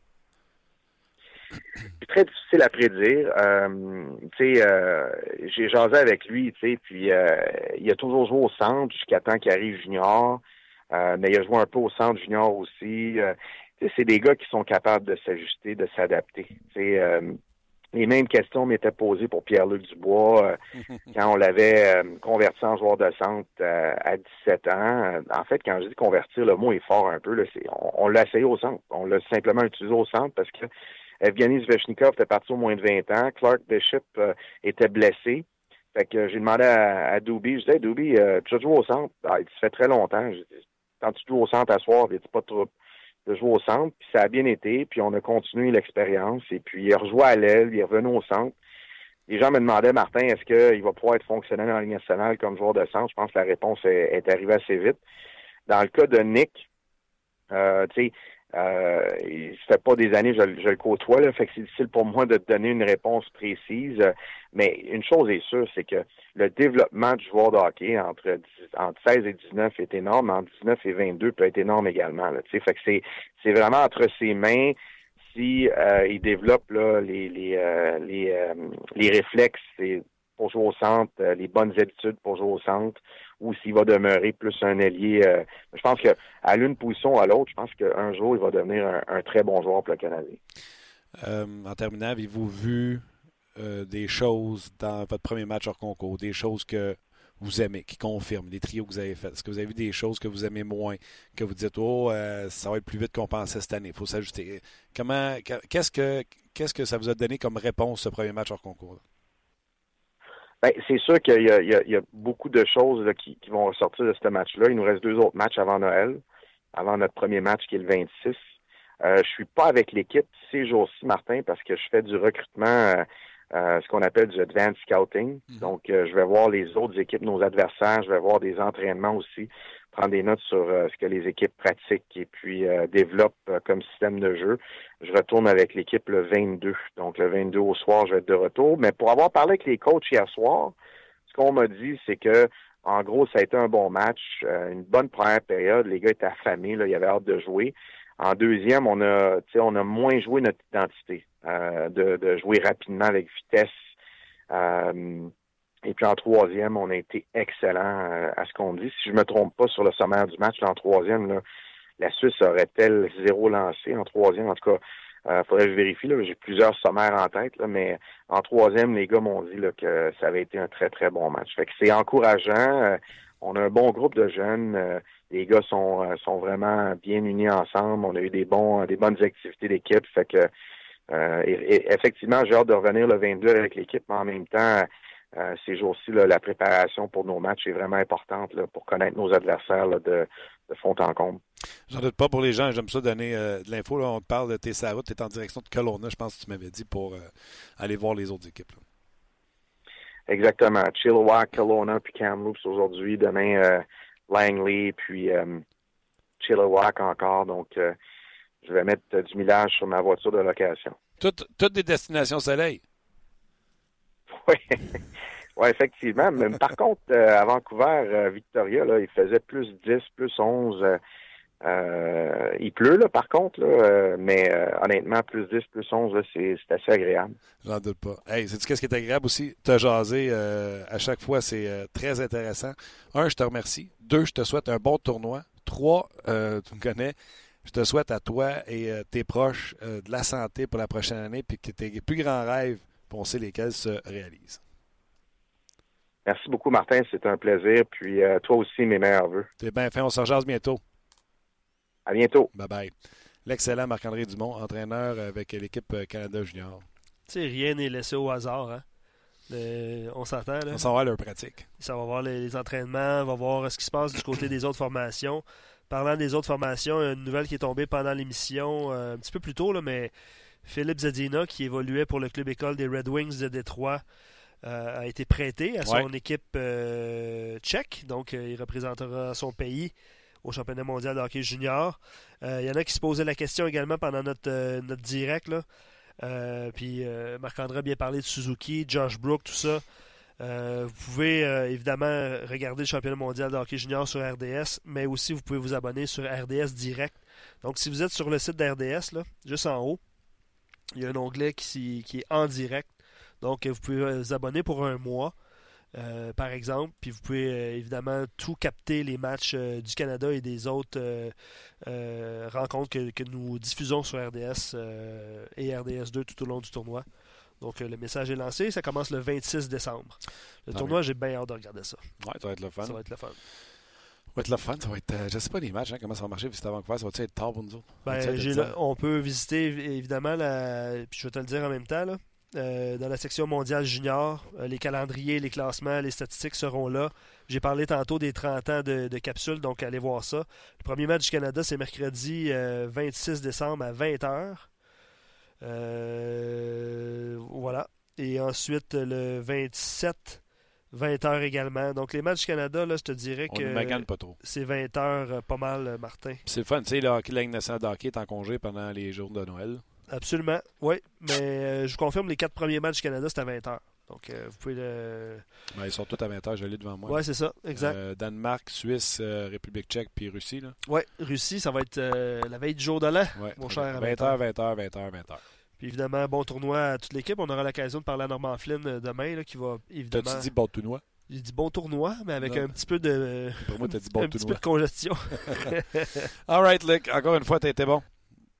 C'est très difficile à prédire. Euh, tu sais, euh, j'ai jasé avec lui, tu sais, puis euh, il a toujours joué au centre jusqu'à temps qu'il arrive junior. Euh, mais il a joué un peu au centre junior aussi. Euh, c'est des gars qui sont capables de s'ajuster, de s'adapter. Euh, les mêmes questions m'étaient posées pour Pierre-Luc Dubois euh, quand on l'avait euh, converti en joueur de centre euh, à dix-sept ans. En fait, quand je dis convertir, le mot est fort un peu. Là, c'est, on, on l'a essayé au centre. On l'a simplement utilisé au centre parce que Evgeny Svechnikov était parti au moins de vingt ans. Clark Bishop euh, était blessé. Fait que j'ai demandé à, à Doobie, je disais, hey, Doobie, euh, tu as joué au centre? Ah, il dit, ça fait très longtemps. Je dis, quand tu joues au centre à soir, il n'y a pas de trouble de jouer au centre. Puis ça a bien été, puis on a continué l'expérience. Et puis il a rejoué à l'aile, il est revenu au centre. Les gens me demandaient, Martin, est-ce qu'il va pouvoir être fonctionnel dans la Ligue nationale comme joueur de centre? Je pense que la réponse est, est arrivée assez vite. Dans le cas de Nick, euh, tu sais, Euh, ça fait pas des années que je, je le côtoie, là, fait que c'est difficile pour moi de te donner une réponse précise. Mais une chose est sûre, c'est que le développement du joueur de hockey entre, entre seize et dix-neuf est énorme, entre dix-neuf et vingt-deux peut être énorme également. Là, fait que c'est, c'est vraiment entre ses mains. Si euh, il développe là, les les euh, les, euh, les réflexes pour jouer au centre, euh, les bonnes habitudes pour jouer au centre, ou s'il va demeurer plus un ailier. Euh, je pense qu'à l'une position ou à l'autre, je pense qu'un jour, il va devenir un, un très bon joueur pour le Canadien. Euh, en terminant, avez-vous vu euh, des choses dans votre premier match hors concours, des choses que vous aimez, qui confirment, les trios que vous avez faits? Est-ce que vous avez vu des choses que vous aimez moins, que vous dites, oh, euh, ça va être plus vite qu'on pensait cette année, il faut s'ajuster? Comment, qu'est-ce que, qu'est-ce que ça vous a donné comme réponse, ce premier match hors concours? Ben, c'est sûr qu'il y a, il y a, il y a beaucoup de choses là, qui, qui vont ressortir de ce match-là. Il nous reste deux autres matchs avant Noël, avant notre premier match qui est le vingt-six. Euh, je suis pas avec l'équipe ces jours-ci, Martin, parce que je fais du recrutement, euh, euh, ce qu'on appelle du advanced scouting. Mm-hmm. Donc, euh, je vais voir les autres équipes, nos adversaires. Je vais voir des entraînements aussi, prendre des notes sur euh, ce que les équipes pratiquent et puis euh, développent euh, comme système de jeu. Je retourne avec l'équipe le vingt-deux. Donc, le vingt-deux au soir, je vais être de retour. Mais pour avoir parlé avec les coachs hier soir, ce qu'on m'a dit, c'est que, en gros, ça a été un bon match, euh, une bonne première période. Les gars étaient affamés, là, ils avaient hâte de jouer. En deuxième, on a, tu sais, on a moins joué notre identité, euh, de, de jouer rapidement avec vitesse. Euh, Et puis en troisième, on a été excellent euh, à ce qu'on dit. Si je me trompe pas sur le sommaire du match, là, en troisième, là, la Suisse aurait-elle zéro lancé en troisième? En tout cas, il euh, faudrait que je vérifie. Là, j'ai plusieurs sommaires en tête, là, mais en troisième, les gars m'ont dit là, que ça avait été un très, très bon match. Fait que c'est encourageant. Euh, on a un bon groupe de jeunes. Euh, les gars sont, euh, sont vraiment bien unis ensemble. On a eu des bons, des bonnes activités d'équipe. Fait que euh, et, et effectivement, j'ai hâte de revenir le vingt-deux avec l'équipe, mais en même temps, Euh, ces jours-ci, là, la préparation pour nos matchs est vraiment importante là, pour connaître nos adversaires là, de, de fond en comble. J'en doute pas pour les gens. J'aime ça donner euh, de l'info. Là. On te parle de tes route. Tu es en direction de Kelowna, je pense que tu m'avais dit, pour euh, aller voir les autres équipes. Là. Exactement. Chilliwack, Kelowna, puis Kamloops aujourd'hui. Demain, euh, Langley, puis euh, Chilliwack encore. Donc, euh, je vais mettre euh, du millage sur ma voiture de location. Toutes, toutes des destinations soleil. Oui, ouais, effectivement. Mais par contre, euh, à Vancouver, euh, Victoria, là, il faisait plus dix, plus onze. Euh, euh, il pleut, là, par contre, là, euh, mais euh, honnêtement, plus dix, plus onze, là, c'est, c'est assez agréable. J'en doute pas. Hey, sais-tu qu'est-ce qui est agréable aussi? Te jaser euh, à chaque fois, c'est euh, très intéressant. Un, je te remercie. Deux, je te souhaite un bon tournoi. Trois, euh, tu me connais, je te souhaite à toi et euh, tes proches euh, de la santé pour la prochaine année puis que tes plus grands rêves, on sait lesquels se réalisent. Merci beaucoup, Martin. C'était un plaisir. Puis euh, toi aussi, mes meilleurs vœux. T'es bien fait. On se rejase bientôt. À bientôt. Bye-bye. L'excellent Marc-André Dumont, entraîneur avec l'équipe Canada Junior. Tu sais, rien n'est laissé au hasard. Hein? Le, on s'entend, là. On s'en va à leur pratique. Ça va voir les, les entraînements, on va voir ce qui se passe du côté des autres formations. Parlant des autres formations, il y a une nouvelle qui est tombée pendant l'émission, euh, un petit peu plus tôt, là, mais Philippe Zadina, qui évoluait pour le club école des Red Wings de Détroit, euh, a été prêté à son ouais. équipe euh, tchèque. Donc, euh, il représentera son pays au championnat mondial de hockey junior. Euh, il y en a qui se posaient la question également pendant notre, euh, notre direct. Là. Euh, puis euh, Marc-André a bien parlé de Suzuki, Josh Brook, tout ça. Euh, vous pouvez euh, évidemment regarder le championnat mondial de hockey junior sur R D S, mais aussi vous pouvez vous abonner sur R D S Direct. Donc, si vous êtes sur le site d'R D S, là, juste en haut, il y a un onglet qui, qui est en direct. Donc, vous pouvez vous abonner pour un mois, euh, par exemple. Puis, vous pouvez euh, évidemment tout capter les matchs euh, du Canada et des autres euh, euh, rencontres que, que nous diffusons sur R D S euh, et R D S deux tout au long du tournoi. Donc, euh, le message est lancé. Ça commence le vingt-six décembre. Le ah tournoi, oui. J'ai bien hâte de regarder ça. Oui, ça va être le fun. Ça va être le fun. Ça va être le fun. Ça va être, euh, je ne sais pas les matchs, hein, comment ça va marcher visiter à Vancouver. Ça va-tu être tard pour nous autres? Ben, j'ai là, on peut visiter, évidemment, la, puis je vais te le dire en même temps, là, euh, dans la section mondiale junior, euh, les calendriers, les classements, les statistiques seront là. J'ai parlé tantôt des trente ans de, de capsule, donc allez voir ça. Le premier match du Canada, c'est mercredi euh, vingt-six décembre à vingt heures. Euh, voilà. Et ensuite, le vingt-sept, vingt heures également. Donc, les matchs du Canada, là, je te dirais on que pas trop. C'est vingt heures euh, pas mal, Martin. C'est le fun. Tu sais, le hockey, la Ligue nationale de hockey est en congé pendant les jours de Noël. Absolument, oui. Mais euh, je vous confirme, les quatre premiers matchs du Canada, c'est à vingt heures. Donc, euh, vous pouvez le... Ben, ils sont tous à vingt heures, je l'ai devant moi. Oui, c'est ça, exact. Euh, Danemark, Suisse, euh, République tchèque, puis Russie. Oui, Russie, ça va être euh, la veille du jour de l'an, ouais, mon cher. vingt heures, vingt heures, vingt heures, vingt heures. Puis évidemment, bon tournoi à toute l'équipe. On aura l'occasion de parler à Norman Flynn demain, là, qui va évidemment... T'as-tu dit bon tournoi? J'ai dit bon tournoi, mais avec non. un petit peu de... Pour moi, t'as dit bon un tournoi. petit peu de congestion. All right, Lick. Encore une fois, t'as été bon.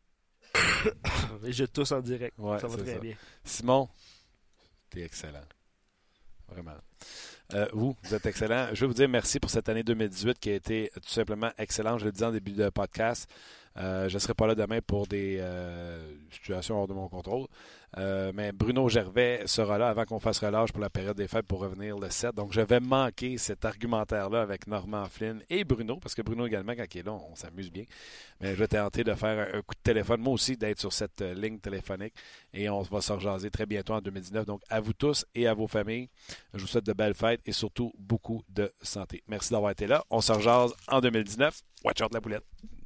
Et je tousse en direct. Ouais, ça va très ça. bien. Simon, t'es excellent. Vraiment. Euh, vous, vous êtes excellent. Je veux vous dire merci pour cette année deux mille dix-huit qui a été tout simplement excellente. Je le disais en début de podcast. Euh, je ne serai pas là demain pour des euh, situations hors de mon contrôle. Euh, mais Bruno Gervais sera là avant qu'on fasse relâche pour la période des fêtes pour revenir le sept. Donc, je vais manquer cet argumentaire-là avec Norman Flynn et Bruno, parce que Bruno également, quand il est là, on, on s'amuse bien. Mais je vais tenter de faire un, un coup de téléphone, moi aussi, d'être sur cette euh, ligne téléphonique. Et on va se rejaser très bientôt en deux mille dix-neuf. Donc, à vous tous et à vos familles, je vous souhaite de belles fêtes et surtout beaucoup de santé. Merci d'avoir été là. On se rejase en deux mille dix-neuf. Watch out la boulette.